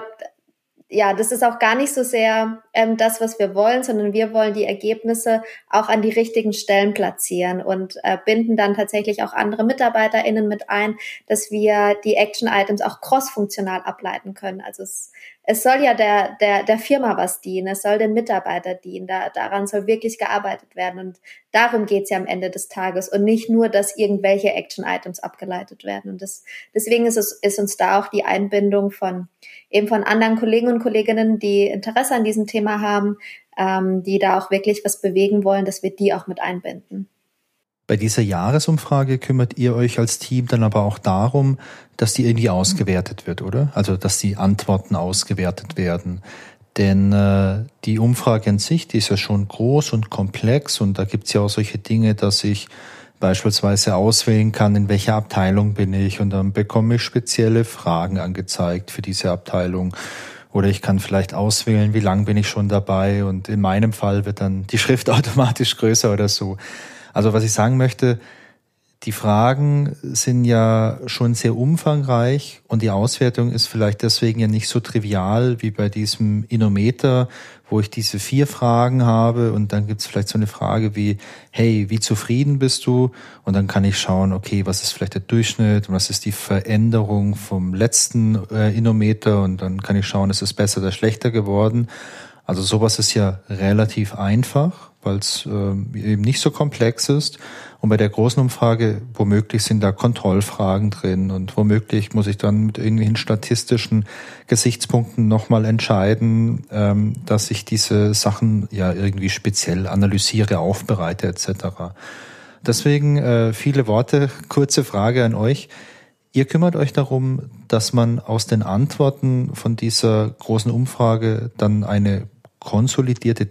ja, das ist auch gar nicht so sehr ähm, das, was wir wollen, sondern wir wollen die Ergebnisse auch an die richtigen Stellen platzieren und äh, binden dann tatsächlich auch andere MitarbeiterInnen mit ein, dass wir die Action-Items auch cross-funktional ableiten können. Also es, es soll ja der, der, der Firma was dienen, es soll den Mitarbeiter dienen, da, daran soll wirklich gearbeitet werden und darum geht's ja am Ende des Tages und nicht nur, dass irgendwelche Action-Items abgeleitet werden. Und das, deswegen ist es, ist uns da auch die Einbindung von eben von anderen Kollegen und Kolleginnen, die Interesse an diesem Thema haben, ähm, die da auch wirklich was bewegen wollen, dass wir die auch mit einbinden. Bei dieser Jahresumfrage kümmert ihr euch als Team dann aber auch darum, dass die irgendwie ausgewertet wird, oder? Also, dass die Antworten ausgewertet werden. Denn äh, die Umfrage an sich, die ist ja schon groß und komplex und da gibt's ja auch solche Dinge, dass ich beispielsweise auswählen kann, in welcher Abteilung bin ich und dann bekomme ich spezielle Fragen angezeigt für diese Abteilung. Oder ich kann vielleicht auswählen, wie lang bin ich schon dabei und in meinem Fall wird dann die Schrift automatisch größer oder so. Also was ich sagen möchte, die Fragen sind ja schon sehr umfangreich und die Auswertung ist vielleicht deswegen ja nicht so trivial wie bei diesem Innometer, wo ich diese vier Fragen habe und dann gibt's vielleicht so eine Frage wie, hey, wie zufrieden bist du? Und dann kann ich schauen, okay, was ist vielleicht der Durchschnitt und was ist die Veränderung vom letzten äh, Innometer und dann kann ich schauen, ist es besser oder schlechter geworden. Also sowas ist ja relativ einfach, weil es äh, eben nicht so komplex ist. Und bei der großen Umfrage, womöglich sind da Kontrollfragen drin und womöglich muss ich dann mit irgendwelchen statistischen Gesichtspunkten nochmal entscheiden, ähm, dass ich diese Sachen ja irgendwie speziell analysiere, aufbereite et cetera. Deswegen äh, viele Worte, kurze Frage an euch. Ihr kümmert euch darum, dass man aus den Antworten von dieser großen Umfrage dann eine konsolidierte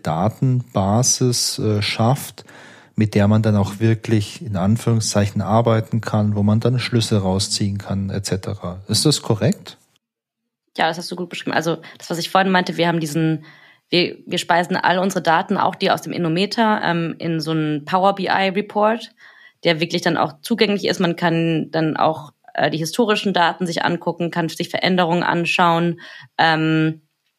Datenbasis äh, schafft, mit der man dann auch wirklich in Anführungszeichen arbeiten kann, wo man dann Schlüsse rausziehen kann et cetera. Ist das korrekt? Ja, das hast du gut beschrieben. Also das, was ich vorhin meinte, wir haben diesen, wir, wir speisen all unsere Daten, auch die aus dem Innometer, ähm, in so einen Power B I Report, der wirklich dann auch zugänglich ist. Man kann dann auch äh, die historischen Daten sich angucken, kann sich Veränderungen anschauen ähm,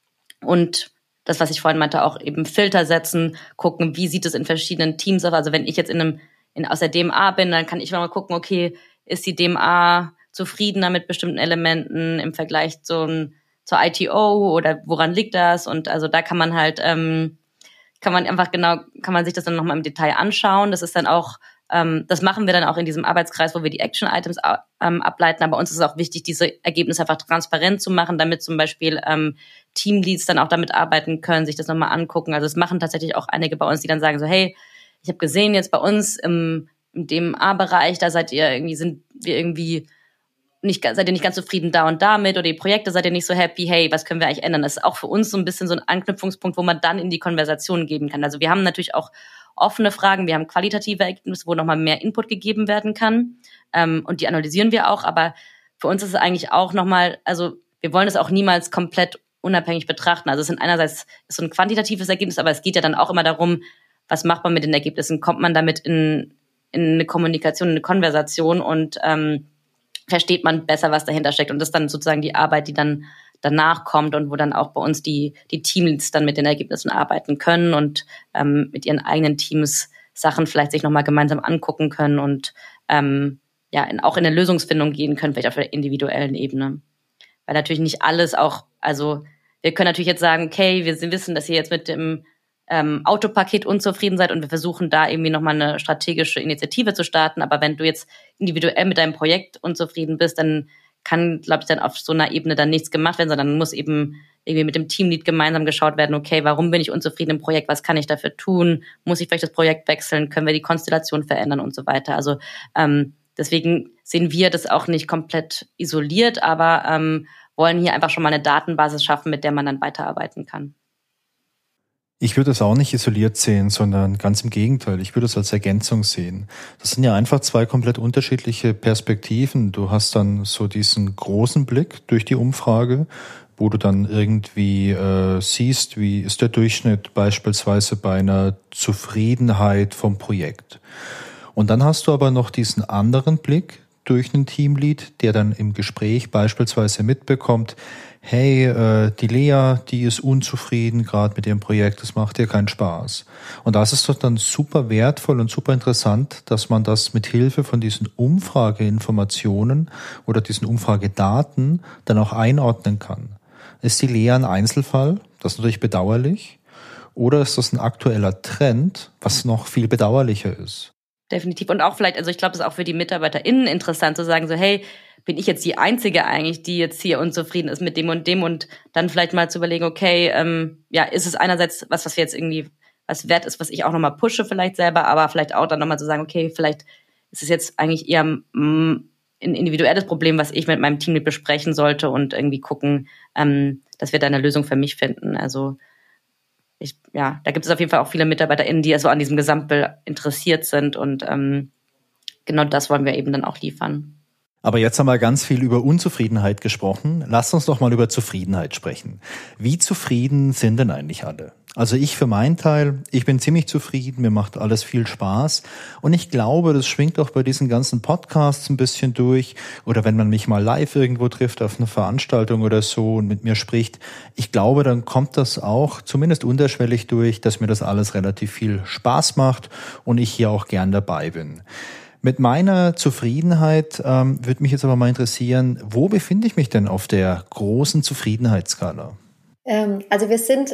und das, was ich vorhin meinte, auch eben Filter setzen, gucken, wie sieht es in verschiedenen Teams aus. Also wenn ich jetzt in einem in, aus der D M A bin, dann kann ich mal gucken, okay, ist die D M A zufriedener mit bestimmten Elementen im Vergleich zum, zur I T O oder woran liegt das? Und also da kann man halt, ähm, kann man einfach genau, kann man sich das dann nochmal im Detail anschauen. Das ist dann auch, ähm, das machen wir dann auch in diesem Arbeitskreis, wo wir die Action-Items ähm, ableiten. Aber uns ist auch wichtig, diese Ergebnisse einfach transparent zu machen, damit zum Beispiel ähm, Teamleads dann auch damit arbeiten können, sich das nochmal angucken. Also es machen tatsächlich auch einige bei uns, die dann sagen so, hey, ich habe gesehen, jetzt bei uns im, im D M A-Bereich, da seid ihr irgendwie, sind wir irgendwie nicht, seid ihr nicht ganz zufrieden da und damit oder die Projekte seid ihr nicht so happy, hey, was können wir eigentlich ändern? Das ist auch für uns so ein bisschen so ein Anknüpfungspunkt, wo man dann in die Konversation geben kann. Also wir haben natürlich auch offene Fragen, wir haben qualitative Ergebnisse, wo nochmal mehr Input gegeben werden kann ähm, und die analysieren wir auch, aber für uns ist es eigentlich auch nochmal, also wir wollen es auch niemals komplett unabhängig betrachten. Also es sind einerseits ist so ein quantitatives Ergebnis, aber es geht ja dann auch immer darum, was macht man mit den Ergebnissen? Kommt man damit in, in eine Kommunikation, in eine Konversation und ähm, versteht man besser, was dahinter steckt. Und das ist dann sozusagen die Arbeit, die dann danach kommt und wo dann auch bei uns die, die Teamleads dann mit den Ergebnissen arbeiten können und ähm, mit ihren eigenen Teams Sachen vielleicht sich nochmal gemeinsam angucken können und ähm, ja in, auch in eine Lösungsfindung gehen können, vielleicht auf der individuellen Ebene. Weil natürlich nicht alles auch, also wir können natürlich jetzt sagen, okay, wir wissen, dass ihr jetzt mit dem ähm, Autopaket unzufrieden seid und wir versuchen da irgendwie nochmal eine strategische Initiative zu starten. Aber wenn du jetzt individuell mit deinem Projekt unzufrieden bist, dann kann, glaube ich, dann auf so einer Ebene dann nichts gemacht werden, sondern muss eben irgendwie mit dem Teamlead gemeinsam geschaut werden, okay, warum bin ich unzufrieden im Projekt, was kann ich dafür tun, muss ich vielleicht das Projekt wechseln, können wir die Konstellation verändern und so weiter. Also ähm, deswegen sehen wir das auch nicht komplett isoliert, aber ähm, wollen hier einfach schon mal eine Datenbasis schaffen, mit der man dann weiterarbeiten kann. Ich würde es auch nicht isoliert sehen, sondern ganz im Gegenteil. Ich würde es als Ergänzung sehen. Das sind ja einfach zwei komplett unterschiedliche Perspektiven. Du hast dann so diesen großen Blick durch die Umfrage, wo du dann irgendwie äh, siehst, wie ist der Durchschnitt beispielsweise bei einer Zufriedenheit vom Projekt. Und dann hast du aber noch diesen anderen Blick durch einen Teamlead, der dann im Gespräch beispielsweise mitbekommt, hey, äh, die Lea, die ist unzufrieden gerade mit ihrem Projekt, das macht ihr keinen Spaß. Und das ist doch dann super wertvoll und super interessant, dass man das mit Hilfe von diesen Umfrageinformationen oder diesen Umfragedaten dann auch einordnen kann. Ist die Lea ein Einzelfall? Das ist natürlich bedauerlich. Oder ist das ein aktueller Trend, was noch viel bedauerlicher ist? Definitiv. Und auch vielleicht, also ich glaube, es ist auch für die MitarbeiterInnen interessant zu sagen, so hey, bin ich jetzt die Einzige eigentlich, die jetzt hier unzufrieden ist mit dem und dem und dann vielleicht mal zu überlegen, okay, ähm, ja, ist es einerseits was, was wir jetzt irgendwie, was wert ist, was ich auch nochmal pushe vielleicht selber, aber vielleicht auch dann nochmal zu sagen, okay, vielleicht ist es jetzt eigentlich eher mh, ein individuelles Problem, was ich mit meinem Team besprechen sollte und irgendwie gucken, ähm, dass wir da eine Lösung für mich finden. Also ich, ja, da gibt es auf jeden Fall auch viele MitarbeiterInnen, die so an diesem Gesamtbild interessiert sind und ähm, genau das wollen wir eben dann auch liefern. Aber jetzt haben wir ganz viel über Unzufriedenheit gesprochen. Lasst uns doch mal über Zufriedenheit sprechen. Wie zufrieden sind denn eigentlich alle? Also ich für meinen Teil, ich bin ziemlich zufrieden, mir macht alles viel Spaß und ich glaube, das schwingt auch bei diesen ganzen Podcasts ein bisschen durch oder wenn man mich mal live irgendwo trifft auf einer Veranstaltung oder so und mit mir spricht, ich glaube, dann kommt das auch zumindest unterschwellig durch, dass mir das alles relativ viel Spaß macht und ich hier auch gern dabei bin. Mit meiner Zufriedenheit ähm, würde mich jetzt aber mal interessieren, wo befinde ich mich denn auf der großen Zufriedenheitsskala? Ähm, also wir sind,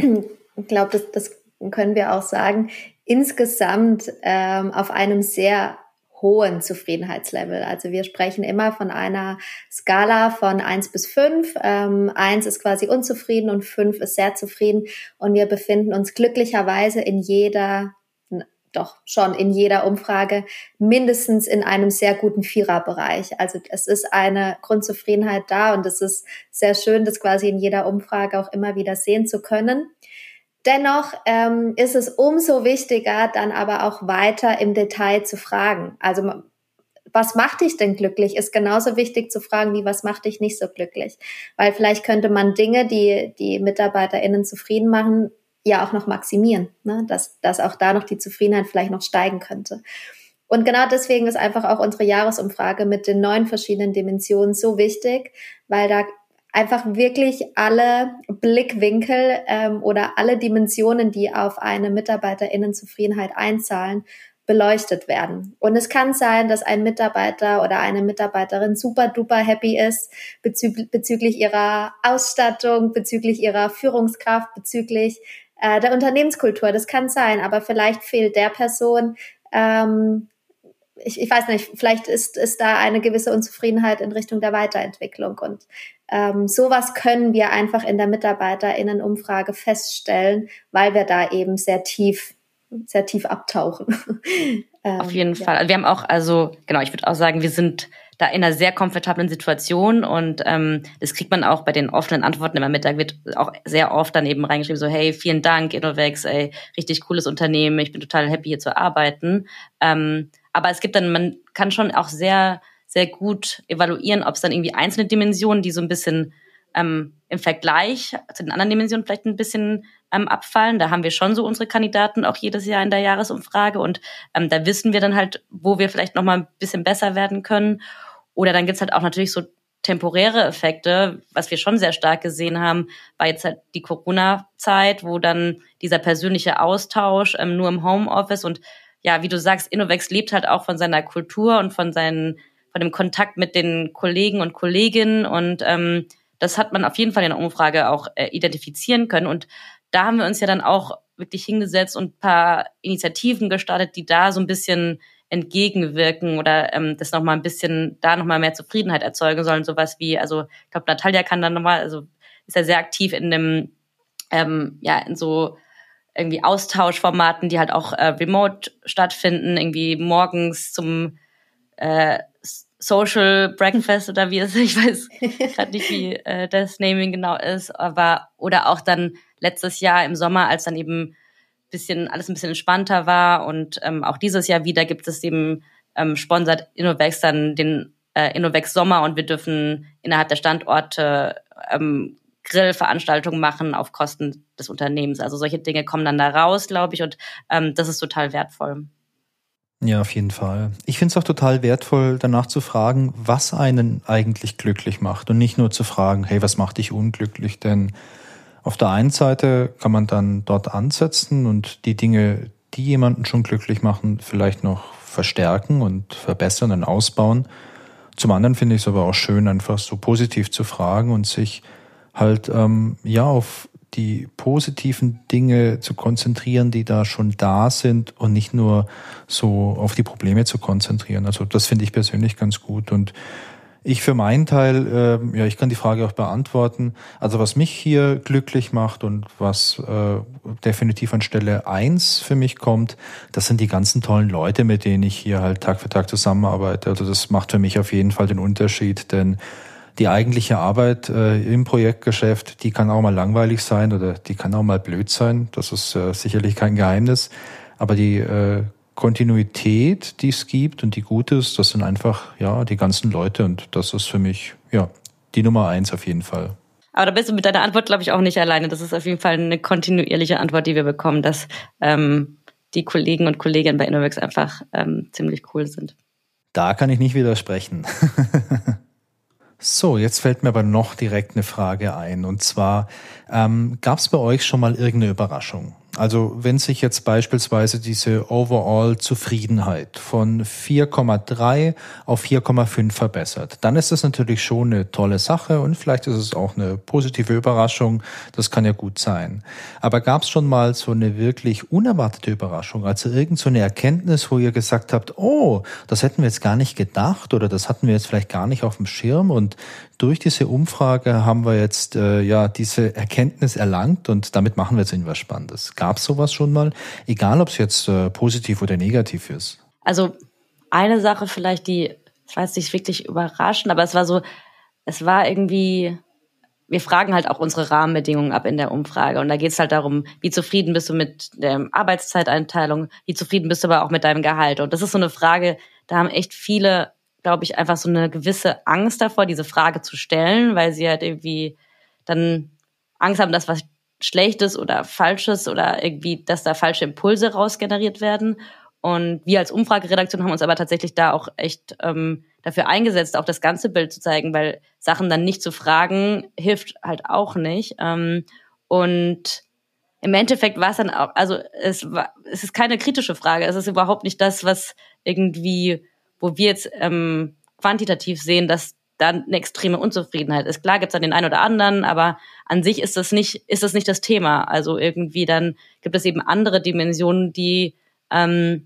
ich glaube, das, das können wir auch sagen, insgesamt ähm, auf einem sehr hohen Zufriedenheitslevel. Also wir sprechen immer von einer Skala von eins bis fünf. Ähm, eins ist quasi unzufrieden und fünf ist sehr zufrieden. Und wir befinden uns glücklicherweise in jeder doch schon in jeder Umfrage mindestens in einem sehr guten Viererbereich. Also es ist eine Grundzufriedenheit da und es ist sehr schön, das quasi in jeder Umfrage auch immer wieder sehen zu können. Dennoch ähm, ist es umso wichtiger, dann aber auch weiter im Detail zu fragen. Also was macht dich denn glücklich, ist genauso wichtig zu fragen, wie was macht dich nicht so glücklich. Weil vielleicht könnte man Dinge, die die MitarbeiterInnen zufrieden machen, ja auch noch maximieren, ne? dass, dass auch da noch die Zufriedenheit vielleicht noch steigen könnte. Und genau deswegen ist einfach auch unsere Jahresumfrage mit den neun verschiedenen Dimensionen so wichtig, weil da einfach wirklich alle Blickwinkel ähm, oder alle Dimensionen, die auf eine MitarbeiterInnenzufriedenheit einzahlen, beleuchtet werden. Und es kann sein, dass ein Mitarbeiter oder eine Mitarbeiterin super duper happy ist bezü- bezüglich ihrer Ausstattung, bezüglich ihrer Führungskraft, bezüglich äh, der Unternehmenskultur. Das kann sein, aber vielleicht fehlt der Person ähm, Ich, ich weiß nicht, vielleicht ist, ist da eine gewisse Unzufriedenheit in Richtung der Weiterentwicklung. Und ähm, sowas können wir einfach in der MitarbeiterInnenumfrage feststellen, weil wir da eben sehr tief, sehr tief abtauchen. ähm, Auf jeden ja. Fall. Also wir haben auch, also genau, ich würde auch sagen, wir sind da in einer sehr komfortablen Situation und ähm, das kriegt man auch bei den offenen Antworten immer mit. Da wird auch sehr oft dann eben reingeschrieben, so hey, vielen Dank, Innovex, ey, richtig cooles Unternehmen, ich bin total happy hier zu arbeiten. Ähm, aber es gibt dann, man kann schon auch sehr, sehr gut evaluieren, ob es dann irgendwie einzelne Dimensionen, die so ein bisschen ähm, im Vergleich zu den anderen Dimensionen vielleicht ein bisschen ähm, abfallen. Da haben wir schon so unsere Kandidaten auch jedes Jahr in der Jahresumfrage und ähm, da wissen wir dann halt, wo wir vielleicht noch mal ein bisschen besser werden können. Oder dann gibt's halt auch natürlich so temporäre Effekte, was wir schon sehr stark gesehen haben, war jetzt halt die Corona-Zeit, wo dann dieser persönliche Austausch ähm, nur im Homeoffice und ja, wie du sagst, Innovex lebt halt auch von seiner Kultur und von seinen, von dem Kontakt mit den Kollegen und Kolleginnen und ähm, das hat man auf jeden Fall in der Umfrage auch äh, identifizieren können und da haben wir uns ja dann auch wirklich hingesetzt und ein paar Initiativen gestartet, die da so ein bisschen entgegenwirken oder ähm, das nochmal ein bisschen, da nochmal mehr Zufriedenheit erzeugen sollen, sowas wie, also ich glaube, Natalia kann dann nochmal, also ist ja sehr aktiv in dem, ähm, ja, in so irgendwie Austauschformaten, die halt auch äh, remote stattfinden, irgendwie morgens zum äh, Social Breakfast oder wie es, ich weiß gerade nicht, wie äh, das Naming genau ist, aber oder auch dann letztes Jahr im Sommer, als dann eben bisschen alles ein bisschen entspannter war und ähm, auch dieses Jahr wieder gibt es eben ähm, sponsert Innovex dann den äh, Innovex Sommer und wir dürfen innerhalb der Standorte ähm, Grillveranstaltungen machen auf Kosten des Unternehmens. Also solche Dinge kommen dann da raus, glaube ich, und ähm, das ist total wertvoll. Ja, auf jeden Fall. Ich finde es auch total wertvoll, danach zu fragen, was einen eigentlich glücklich macht und nicht nur zu fragen, hey, was macht dich unglücklich? Denn auf der einen Seite kann man dann dort ansetzen und die Dinge, die jemanden schon glücklich machen, vielleicht noch verstärken und verbessern und ausbauen. Zum anderen finde ich es aber auch schön, einfach so positiv zu fragen und sich halt ähm, ja auf die positiven Dinge zu konzentrieren, die da schon da sind und nicht nur so auf die Probleme zu konzentrieren. Also das finde ich persönlich ganz gut und ich für meinen Teil, äh, ja, ich kann die Frage auch beantworten. Also was mich hier glücklich macht und was äh, definitiv an Stelle eins für mich kommt, das sind die ganzen tollen Leute, mit denen ich hier halt Tag für Tag zusammenarbeite. Also das macht für mich auf jeden Fall den Unterschied, denn die eigentliche Arbeit äh, im Projektgeschäft, die kann auch mal langweilig sein oder die kann auch mal blöd sein. Das ist äh, sicherlich kein Geheimnis. Aber die äh, Kontinuität, die es gibt und die gut ist, das sind einfach ja die ganzen Leute und das ist für mich ja die Nummer eins auf jeden Fall. Aber da bist du mit deiner Antwort, glaube ich, auch nicht alleine. Das ist auf jeden Fall eine kontinuierliche Antwort, die wir bekommen, dass ähm, die Kollegen und Kolleginnen bei Innovex einfach ähm, ziemlich cool sind. Da kann ich nicht widersprechen. So, jetzt fällt mir aber noch direkt eine Frage ein. Und zwar, ähm, gab es bei euch schon mal irgendeine Überraschung? Also wenn sich jetzt beispielsweise diese Overall-Zufriedenheit von vier Komma drei auf vier Komma fünf verbessert, dann ist das natürlich schon eine tolle Sache und vielleicht ist es auch eine positive Überraschung. Das kann ja gut sein. Aber gab es schon mal so eine wirklich unerwartete Überraschung, also irgend so eine Erkenntnis, wo ihr gesagt habt, oh, das hätten wir jetzt gar nicht gedacht oder das hatten wir jetzt vielleicht gar nicht auf dem Schirm und durch diese Umfrage haben wir jetzt äh, ja diese Erkenntnis erlangt und damit machen wir jetzt irgendwas Spannendes. Gab es sowas schon mal? Egal, ob es jetzt äh, positiv oder negativ ist. Also eine Sache vielleicht, die, ich weiß nicht, wirklich überraschend, aber es war so, es war irgendwie, wir fragen halt auch unsere Rahmenbedingungen ab in der Umfrage und da geht es halt darum, wie zufrieden bist du mit der Arbeitszeiteinteilung, wie zufrieden bist du aber auch mit deinem Gehalt und das ist so eine Frage, da haben echt viele glaube ich, einfach so eine gewisse Angst davor, diese Frage zu stellen, weil sie halt irgendwie dann Angst haben, dass was Schlechtes oder Falsches oder irgendwie, dass da falsche Impulse rausgeneriert werden. Und wir als Umfrageredaktion haben uns aber tatsächlich da auch echt ähm, dafür eingesetzt, auch das ganze Bild zu zeigen, weil Sachen dann nicht zu fragen, hilft halt auch nicht. Ähm, und im Endeffekt war es dann auch, also es war, es ist keine kritische Frage, es ist überhaupt nicht das, was irgendwie, wo wir jetzt ähm, quantitativ sehen, dass da eine extreme Unzufriedenheit ist. Klar gibt's dann den einen oder anderen, aber an sich ist das nicht, ist das nicht das Thema. Also irgendwie dann gibt es eben andere Dimensionen, die, ähm,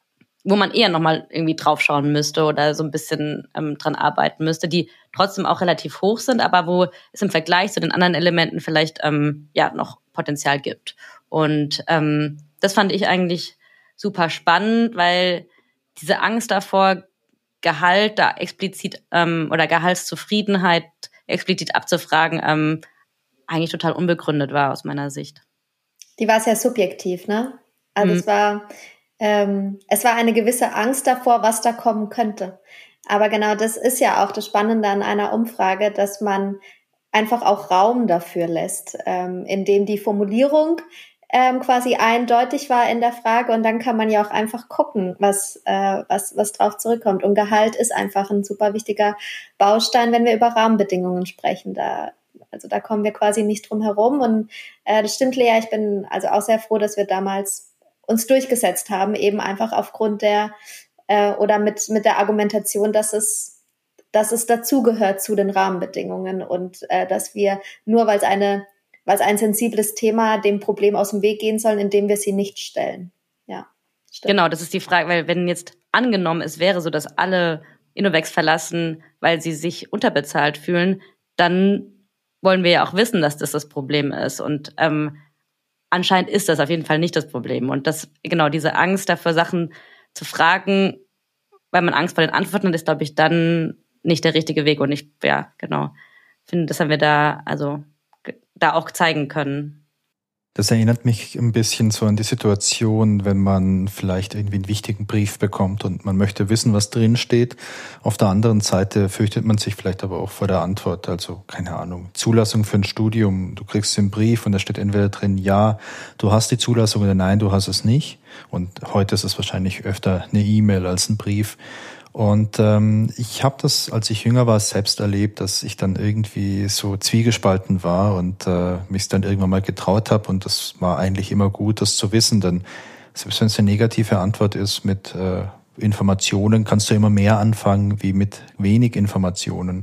wo man eher nochmal irgendwie draufschauen müsste oder so ein bisschen ähm, dran arbeiten müsste, die trotzdem auch relativ hoch sind, aber wo es im Vergleich zu den anderen Elementen vielleicht ähm, ja noch Potenzial gibt. Und ähm, das fand ich eigentlich super spannend, weil diese Angst davor, Gehalt da explizit ähm, oder Gehaltszufriedenheit explizit abzufragen, ähm, eigentlich total unbegründet war aus meiner Sicht. Die war sehr subjektiv, ne? Also Mhm. es war ähm, es war eine gewisse Angst davor, was da kommen könnte. Aber genau das ist ja auch das Spannende an einer Umfrage, dass man einfach auch Raum dafür lässt, ähm, indem die Formulierung ähm, quasi eindeutig war in der Frage und dann kann man ja auch einfach gucken, was äh, was was drauf zurückkommt. Und Gehalt ist einfach ein super wichtiger Baustein, wenn wir über Rahmenbedingungen sprechen. Da also da kommen wir quasi nicht drum herum. Und äh, das stimmt, Lea. Ich bin also auch sehr froh, dass wir damals uns durchgesetzt haben, eben einfach aufgrund der äh, oder mit mit der Argumentation, dass es dass es dazugehört zu den Rahmenbedingungen und äh, dass wir nur weil es eine weil es ein sensibles Thema dem Problem aus dem Weg gehen sollen, indem wir sie nicht stellen. Ja, stimmt. Genau, das ist die Frage, weil wenn jetzt angenommen es wäre so, dass alle Innovex verlassen, weil sie sich unterbezahlt fühlen, dann wollen wir ja auch wissen, dass das das Problem ist. Und ähm, anscheinend ist das auf jeden Fall nicht das Problem. Und das genau diese Angst davor, Sachen zu fragen, weil man Angst vor den Antworten hat, ist, glaube ich, dann nicht der richtige Weg. Und ich, ja, genau, finde, das haben wir da, also da auch zeigen können. Das erinnert mich ein bisschen so an die Situation, wenn man vielleicht irgendwie einen wichtigen Brief bekommt und man möchte wissen, was drin steht. Auf der anderen Seite fürchtet man sich vielleicht aber auch vor der Antwort. Also, keine Ahnung, Zulassung für ein Studium. Du kriegst den Brief und da steht entweder drin, ja, du hast die Zulassung oder nein, du hast es nicht. Und heute ist es wahrscheinlich öfter eine E-Mail als ein Brief. Und ähm, ich habe das, als ich jünger war, selbst erlebt, dass ich dann irgendwie so zwiegespalten war und äh, mich dann irgendwann mal getraut habe. Und das war eigentlich immer gut, das zu wissen, denn selbst wenn es eine negative Antwort ist mit äh, Informationen, kannst du immer mehr anfangen wie mit wenig Informationen.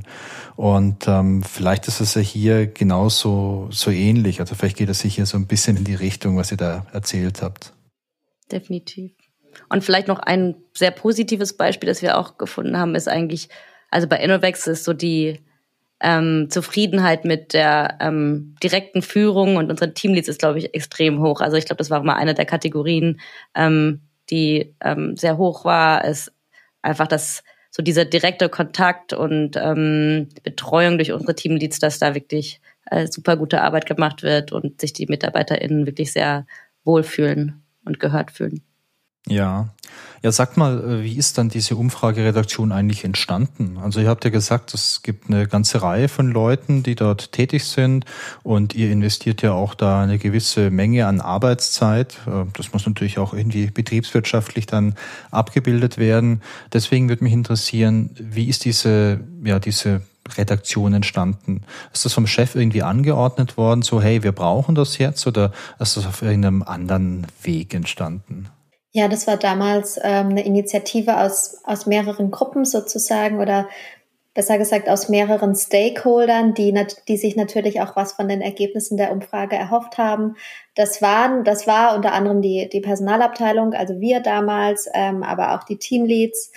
Und ähm, vielleicht ist es ja hier genauso so ähnlich. Also vielleicht geht es sich hier so ein bisschen in die Richtung, was ihr da erzählt habt. Definitiv. Und vielleicht noch ein sehr positives Beispiel, das wir auch gefunden haben, ist eigentlich, also bei Innovex ist so die ähm, Zufriedenheit mit der ähm, direkten Führung und unseren Teamleads ist, glaube ich, extrem hoch. Also ich glaube, das war auch mal eine der Kategorien, ähm, die ähm, sehr hoch war. Ist einfach das so dieser direkte Kontakt und ähm, Betreuung durch unsere Teamleads, dass da wirklich äh, super gute Arbeit gemacht wird und sich die MitarbeiterInnen wirklich sehr wohlfühlen und gehört fühlen. Ja, ja, sag mal, wie ist dann diese Umfrageredaktion eigentlich entstanden? Also ihr habt ja gesagt, es gibt eine ganze Reihe von Leuten, die dort tätig sind und ihr investiert ja auch da eine gewisse Menge an Arbeitszeit. Das muss natürlich auch irgendwie betriebswirtschaftlich dann abgebildet werden. Deswegen würde mich interessieren, wie ist diese, ja, diese Redaktion entstanden? Ist das vom Chef irgendwie angeordnet worden, so hey, wir brauchen das jetzt, oder ist das auf irgendeinem anderen Weg entstanden? Ja, das war damals ähm, eine Initiative aus, aus mehreren Gruppen sozusagen oder besser gesagt aus mehreren Stakeholdern, die, nat- die sich natürlich auch was von den Ergebnissen der Umfrage erhofft haben. Das waren, das war unter anderem die, die Personalabteilung, also wir damals, ähm, aber auch die Teamleads,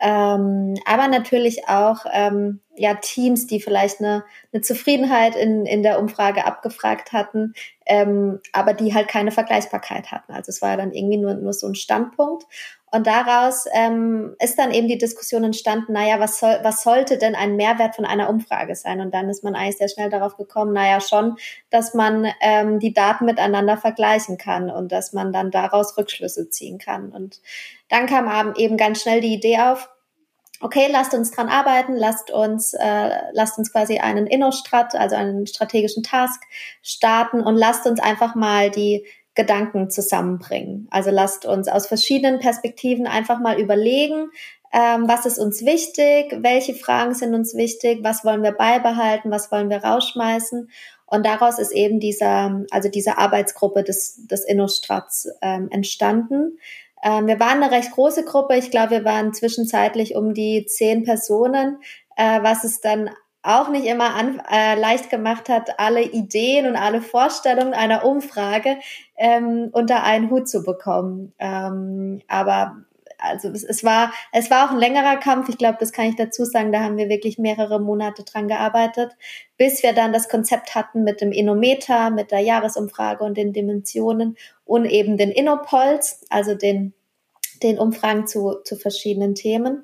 ähm, aber natürlich auch ähm, ja Teams, die vielleicht eine, eine Zufriedenheit in, in der Umfrage abgefragt hatten, ähm, aber die halt keine Vergleichbarkeit hatten. Also es war dann irgendwie nur, nur so ein Standpunkt. Und daraus ähm, ist dann eben die Diskussion entstanden, naja, was soll, was sollte denn ein Mehrwert von einer Umfrage sein? Und dann ist man eigentlich sehr schnell darauf gekommen, naja, schon, dass man ähm, die Daten miteinander vergleichen kann und dass man dann daraus Rückschlüsse ziehen kann. Und dann kam eben ganz schnell die Idee auf, okay, lasst uns dran arbeiten, lasst uns, äh, lasst uns quasi einen Innostrat, also einen strategischen Task starten und lasst uns einfach mal die Gedanken zusammenbringen. Also lasst uns aus verschiedenen Perspektiven einfach mal überlegen, ähm, was ist uns wichtig, welche Fragen sind uns wichtig, was wollen wir beibehalten, was wollen wir rausschmeißen. Und daraus ist eben dieser, also diese Arbeitsgruppe des, des Innostrats ähm, entstanden. Ähm, wir waren eine recht große Gruppe. Ich glaube, wir waren zwischenzeitlich um die zehn Personen, äh, was es dann auch nicht immer an, äh, leicht gemacht hat, alle Ideen und alle Vorstellungen einer Umfrage ähm, unter einen Hut zu bekommen. Ähm, aber also es, es war es war auch ein längerer Kampf. Ich glaube, das kann ich dazu sagen. Da haben wir wirklich mehrere Monate dran gearbeitet, bis wir dann das Konzept hatten mit dem Innometer, mit der Jahresumfrage und den Dimensionen und eben den Innopolls, also den den Umfragen zu zu verschiedenen Themen.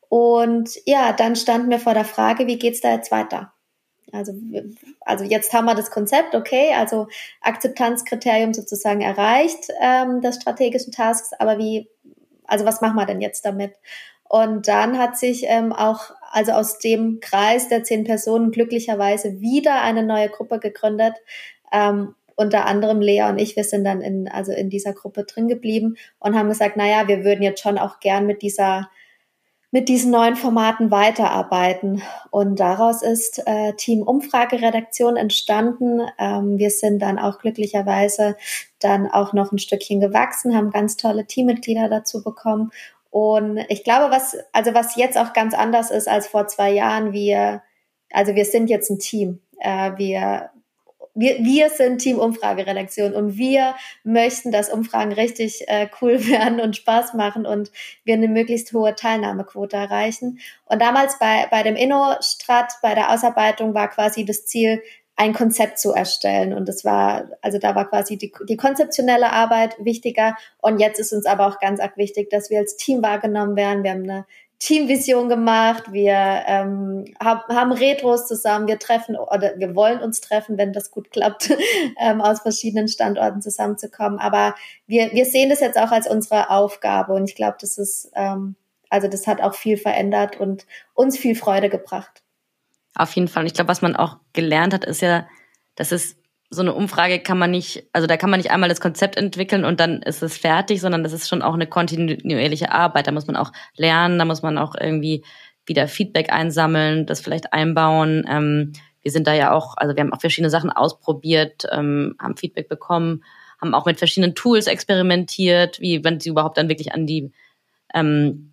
Und ja, dann standen wir vor der Frage, wie geht's da jetzt weiter? Also, also jetzt haben wir das Konzept, okay, also Akzeptanzkriterium sozusagen erreicht, ähm, des strategischen Tasks, aber wie, also was machen wir denn jetzt damit? Und dann hat sich ähm, auch, also aus dem Kreis der zehn Personen glücklicherweise wieder eine neue Gruppe gegründet, ähm, unter anderem Lea und ich, wir sind dann in, also in dieser Gruppe drin geblieben und haben gesagt, naja, wir würden jetzt schon auch gern mit dieser mit diesen neuen Formaten weiterarbeiten. Und daraus ist äh, Team Umfrageredaktion entstanden. Ähm, wir sind dann auch glücklicherweise dann auch noch ein Stückchen gewachsen, haben ganz tolle Teammitglieder dazu bekommen. Und ich glaube, was, also was jetzt auch ganz anders ist als vor zwei Jahren, wir, also wir sind jetzt ein Team. Äh, wir Wir, wir sind Team Umfrageredaktion und wir möchten, dass Umfragen richtig äh, cool werden und Spaß machen und wir eine möglichst hohe Teilnahmequote erreichen. Und damals bei, bei dem Innostrat, bei der Ausarbeitung war quasi das Ziel, ein Konzept zu erstellen. Und das war, also da war quasi die, die konzeptionelle Arbeit wichtiger. Und jetzt ist uns aber auch ganz arg wichtig, dass wir als Team wahrgenommen werden. Wir haben eine Teamvision gemacht, wir ähm, hab, haben Retros zusammen, wir treffen oder wir wollen uns treffen, wenn das gut klappt, ähm, aus verschiedenen Standorten zusammenzukommen. Aber wir wir sehen das jetzt auch als unsere Aufgabe und ich glaube, das ist ähm, also das hat auch viel verändert und uns viel Freude gebracht. Auf jeden Fall. Und ich glaube, was man auch gelernt hat, ist ja, dass es so eine Umfrage kann man nicht, also da kann man nicht einmal das Konzept entwickeln und dann ist es fertig, sondern das ist schon auch eine kontinuierliche Arbeit. Da muss man auch lernen, da muss man auch irgendwie wieder Feedback einsammeln, das vielleicht einbauen. Ähm, wir sind da ja auch, also wir haben auch verschiedene Sachen ausprobiert, ähm, haben Feedback bekommen, haben auch mit verschiedenen Tools experimentiert, wie wenn sie überhaupt dann wirklich an die ähm,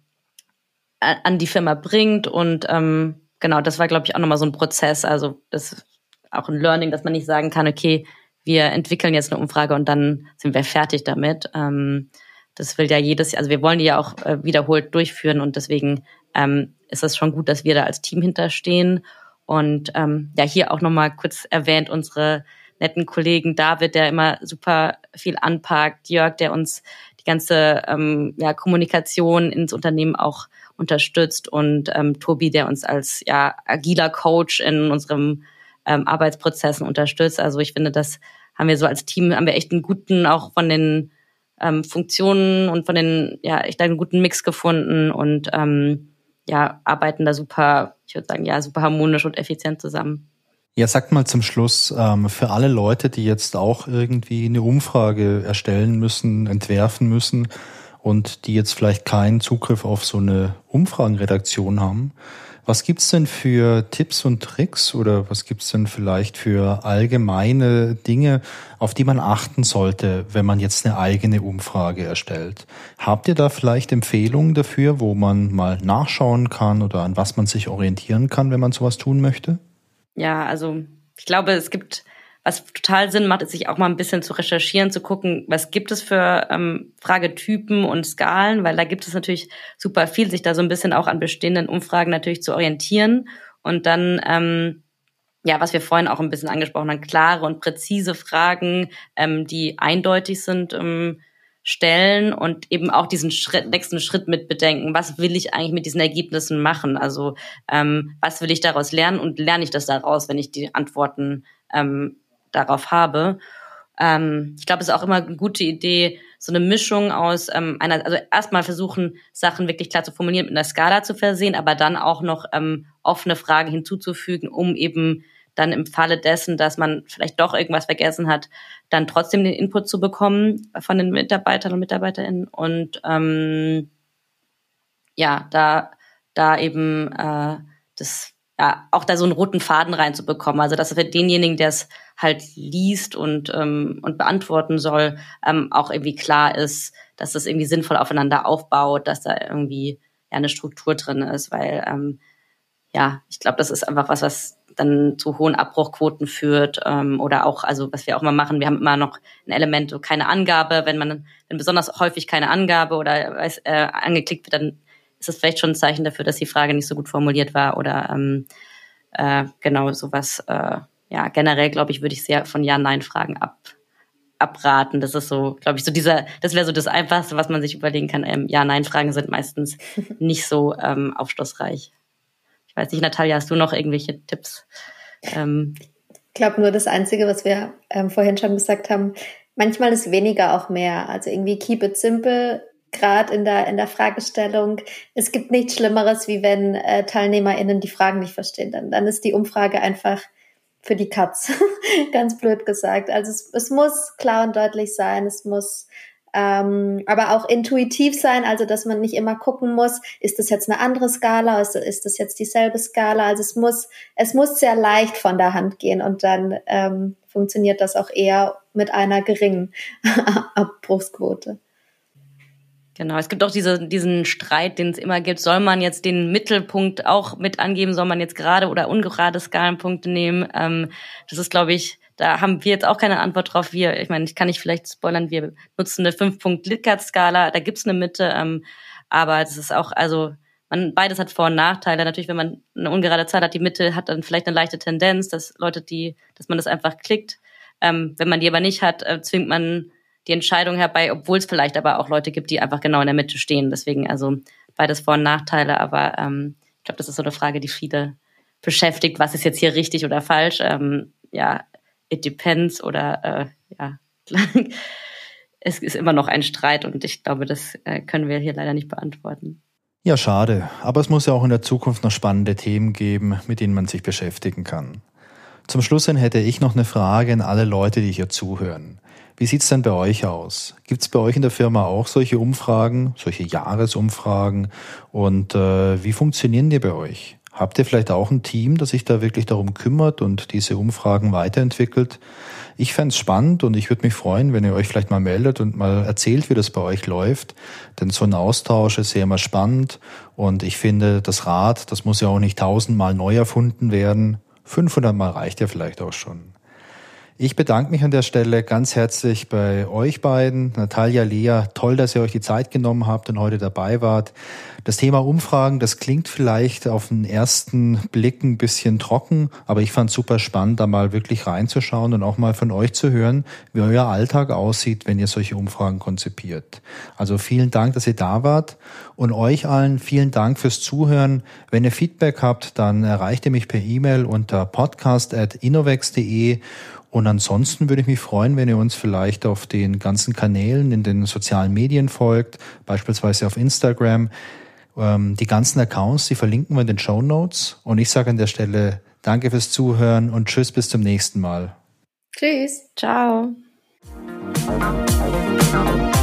an die Firma bringt und ähm, genau, das war, glaube ich, auch nochmal so ein Prozess, also das auch ein Learning, dass man nicht sagen kann, okay, wir entwickeln jetzt eine Umfrage und dann sind wir fertig damit. Ähm, das will ja jedes, also wir wollen die ja auch äh, wiederholt durchführen und deswegen ähm, ist es schon gut, dass wir da als Team hinterstehen. Und ähm, ja, hier auch nochmal kurz erwähnt, unsere netten Kollegen David, der immer super viel anpackt, Jörg, der uns die ganze ähm, ja, Kommunikation ins Unternehmen auch unterstützt und ähm, Tobi, der uns als ja agiler Coach in unserem Ähm, Arbeitsprozessen unterstützt. Also ich finde, das haben wir so als Team, haben wir echt einen guten, auch von den ähm, Funktionen und von den, ja, echt einen guten Mix gefunden und ähm, ja, arbeiten da super, ich würde sagen, ja, super harmonisch und effizient zusammen. Ja, sagt mal zum Schluss, ähm, für alle Leute, die jetzt auch irgendwie eine Umfrage erstellen müssen, entwerfen müssen und die jetzt vielleicht keinen Zugriff auf so eine Umfragenredaktion haben, was gibt's denn für Tipps und Tricks oder was gibt's denn vielleicht für allgemeine Dinge, auf die man achten sollte, wenn man jetzt eine eigene Umfrage erstellt? Habt ihr da vielleicht Empfehlungen dafür, wo man mal nachschauen kann oder an was man sich orientieren kann, wenn man sowas tun möchte? Ja, also ich glaube, es gibt, was total Sinn macht, ist sich auch mal ein bisschen zu recherchieren, zu gucken, was gibt es für ähm, Fragetypen und Skalen, weil da gibt es natürlich super viel, sich da so ein bisschen auch an bestehenden Umfragen natürlich zu orientieren und dann, ähm, ja, was wir vorhin auch ein bisschen angesprochen haben, klare und präzise Fragen, ähm, die eindeutig sind, ähm, stellen und eben auch diesen Schritt, nächsten Schritt mit bedenken. Was will ich eigentlich mit diesen Ergebnissen machen? Also ähm, was will ich daraus lernen und lerne ich das daraus, wenn ich die Antworten ähm, darauf habe? ähm, ich glaube, es ist auch immer eine gute Idee, so eine Mischung aus ähm, einer, also erstmal versuchen, Sachen wirklich klar zu formulieren, mit einer Skala zu versehen, aber dann auch noch ähm, offene Fragen hinzuzufügen, um eben dann im Falle dessen, dass man vielleicht doch irgendwas vergessen hat, dann trotzdem den Input zu bekommen von den Mitarbeitern und Mitarbeiterinnen und ähm, ja, da da eben äh, das ja auch da so einen roten Faden reinzubekommen, also dass für denjenigen, der es halt liest und ähm, und beantworten soll, ähm, auch irgendwie klar ist, dass das irgendwie sinnvoll aufeinander aufbaut, dass da irgendwie ja eine Struktur drin ist, weil ähm, ja, ich glaube, das ist einfach was, was dann zu hohen Abbruchquoten führt ähm, oder auch, also was wir auch mal machen, wir haben immer noch ein Element, so keine Angabe, wenn man, wenn besonders häufig keine Angabe oder weiß, äh, angeklickt wird, dann ist das vielleicht schon ein Zeichen dafür, dass die Frage nicht so gut formuliert war oder ähm, äh, genau sowas. Äh, ja, generell glaube ich, würde ich sehr von Ja-Nein-Fragen ab abraten. Das ist so, glaube ich, so dieser, das wäre so das Einfachste, was man sich überlegen kann. Ähm, Ja-Nein-Fragen sind meistens nicht so ähm, aufschlussreich. Ich weiß nicht, Natalia, hast du noch irgendwelche Tipps? Ähm, ich glaube nur das Einzige, was wir ähm, vorhin schon gesagt haben, manchmal ist weniger auch mehr. Also irgendwie keep it simple, gerade in der in der Fragestellung. Es gibt nichts Schlimmeres, wie wenn äh, TeilnehmerInnen die Fragen nicht verstehen. Dann, dann ist die Umfrage einfach für die Katz, ganz blöd gesagt. Also es, es muss klar und deutlich sein, es muss ähm, aber auch intuitiv sein, also dass man nicht immer gucken muss, ist das jetzt eine andere Skala, ist, ist das jetzt dieselbe Skala, also es muss es muss sehr leicht von der Hand gehen und dann ähm, funktioniert das auch eher mit einer geringen Abbruchsquote. Genau, es gibt auch diese, diesen Streit, den es immer gibt. Soll man jetzt den Mittelpunkt auch mit angeben? Soll man jetzt gerade oder ungerade Skalenpunkte nehmen? Ähm, das ist, glaube ich, da haben wir jetzt auch keine Antwort drauf. Wir, ich meine, ich kann nicht vielleicht spoilern, wir nutzen eine fünf-Punkt-Likert-Skala, da gibt's eine Mitte, ähm, aber das ist auch, also man beides hat Vor- und Nachteile. Natürlich, wenn man eine ungerade Zahl hat, die Mitte hat dann vielleicht eine leichte Tendenz, dass Leute, die, dass man das einfach klickt. Ähm, wenn man die aber nicht hat, äh, zwingt man die Entscheidung herbei, obwohl es vielleicht aber auch Leute gibt, die einfach genau in der Mitte stehen. Deswegen also beides Vor- und Nachteile, aber ähm, ich glaube, das ist so eine Frage, die viele beschäftigt. Was ist jetzt hier richtig oder falsch? Ähm, ja, it depends oder äh, ja, es ist immer noch ein Streit und ich glaube, das äh, können wir hier leider nicht beantworten. Ja, schade. Aber es muss ja auch in der Zukunft noch spannende Themen geben, mit denen man sich beschäftigen kann. Zum Schluss hin hätte ich noch eine Frage an alle Leute, die hier zuhören. Wie sieht's denn bei euch aus? Gibt's bei euch in der Firma auch solche Umfragen, solche Jahresumfragen? Und äh, wie funktionieren die bei euch? Habt ihr vielleicht auch ein Team, das sich da wirklich darum kümmert und diese Umfragen weiterentwickelt? Ich fänd's spannend und ich würde mich freuen, wenn ihr euch vielleicht mal meldet und mal erzählt, wie das bei euch läuft. Denn so ein Austausch ist ja immer spannend und ich finde, das Rad, das muss ja auch nicht tausendmal neu erfunden werden. fünfhundert Mal reicht ja vielleicht auch schon. Ich bedanke mich an der Stelle ganz herzlich bei euch beiden, Natalia, Lea. Toll, dass ihr euch die Zeit genommen habt und heute dabei wart. Das Thema Umfragen, das klingt vielleicht auf den ersten Blick ein bisschen trocken, aber ich fand es super spannend, da mal wirklich reinzuschauen und auch mal von euch zu hören, wie euer Alltag aussieht, wenn ihr solche Umfragen konzipiert. Also vielen Dank, dass ihr da wart und euch allen vielen Dank fürs Zuhören. Wenn ihr Feedback habt, dann erreicht ihr mich per E-Mail unter podcast at innovex punkt de. Und ansonsten würde ich mich freuen, wenn ihr uns vielleicht auf den ganzen Kanälen in den sozialen Medien folgt, beispielsweise auf Instagram. Die ganzen Accounts, die verlinken wir in den Shownotes. Und ich sage an der Stelle danke fürs Zuhören und tschüss, bis zum nächsten Mal. Tschüss. Ciao.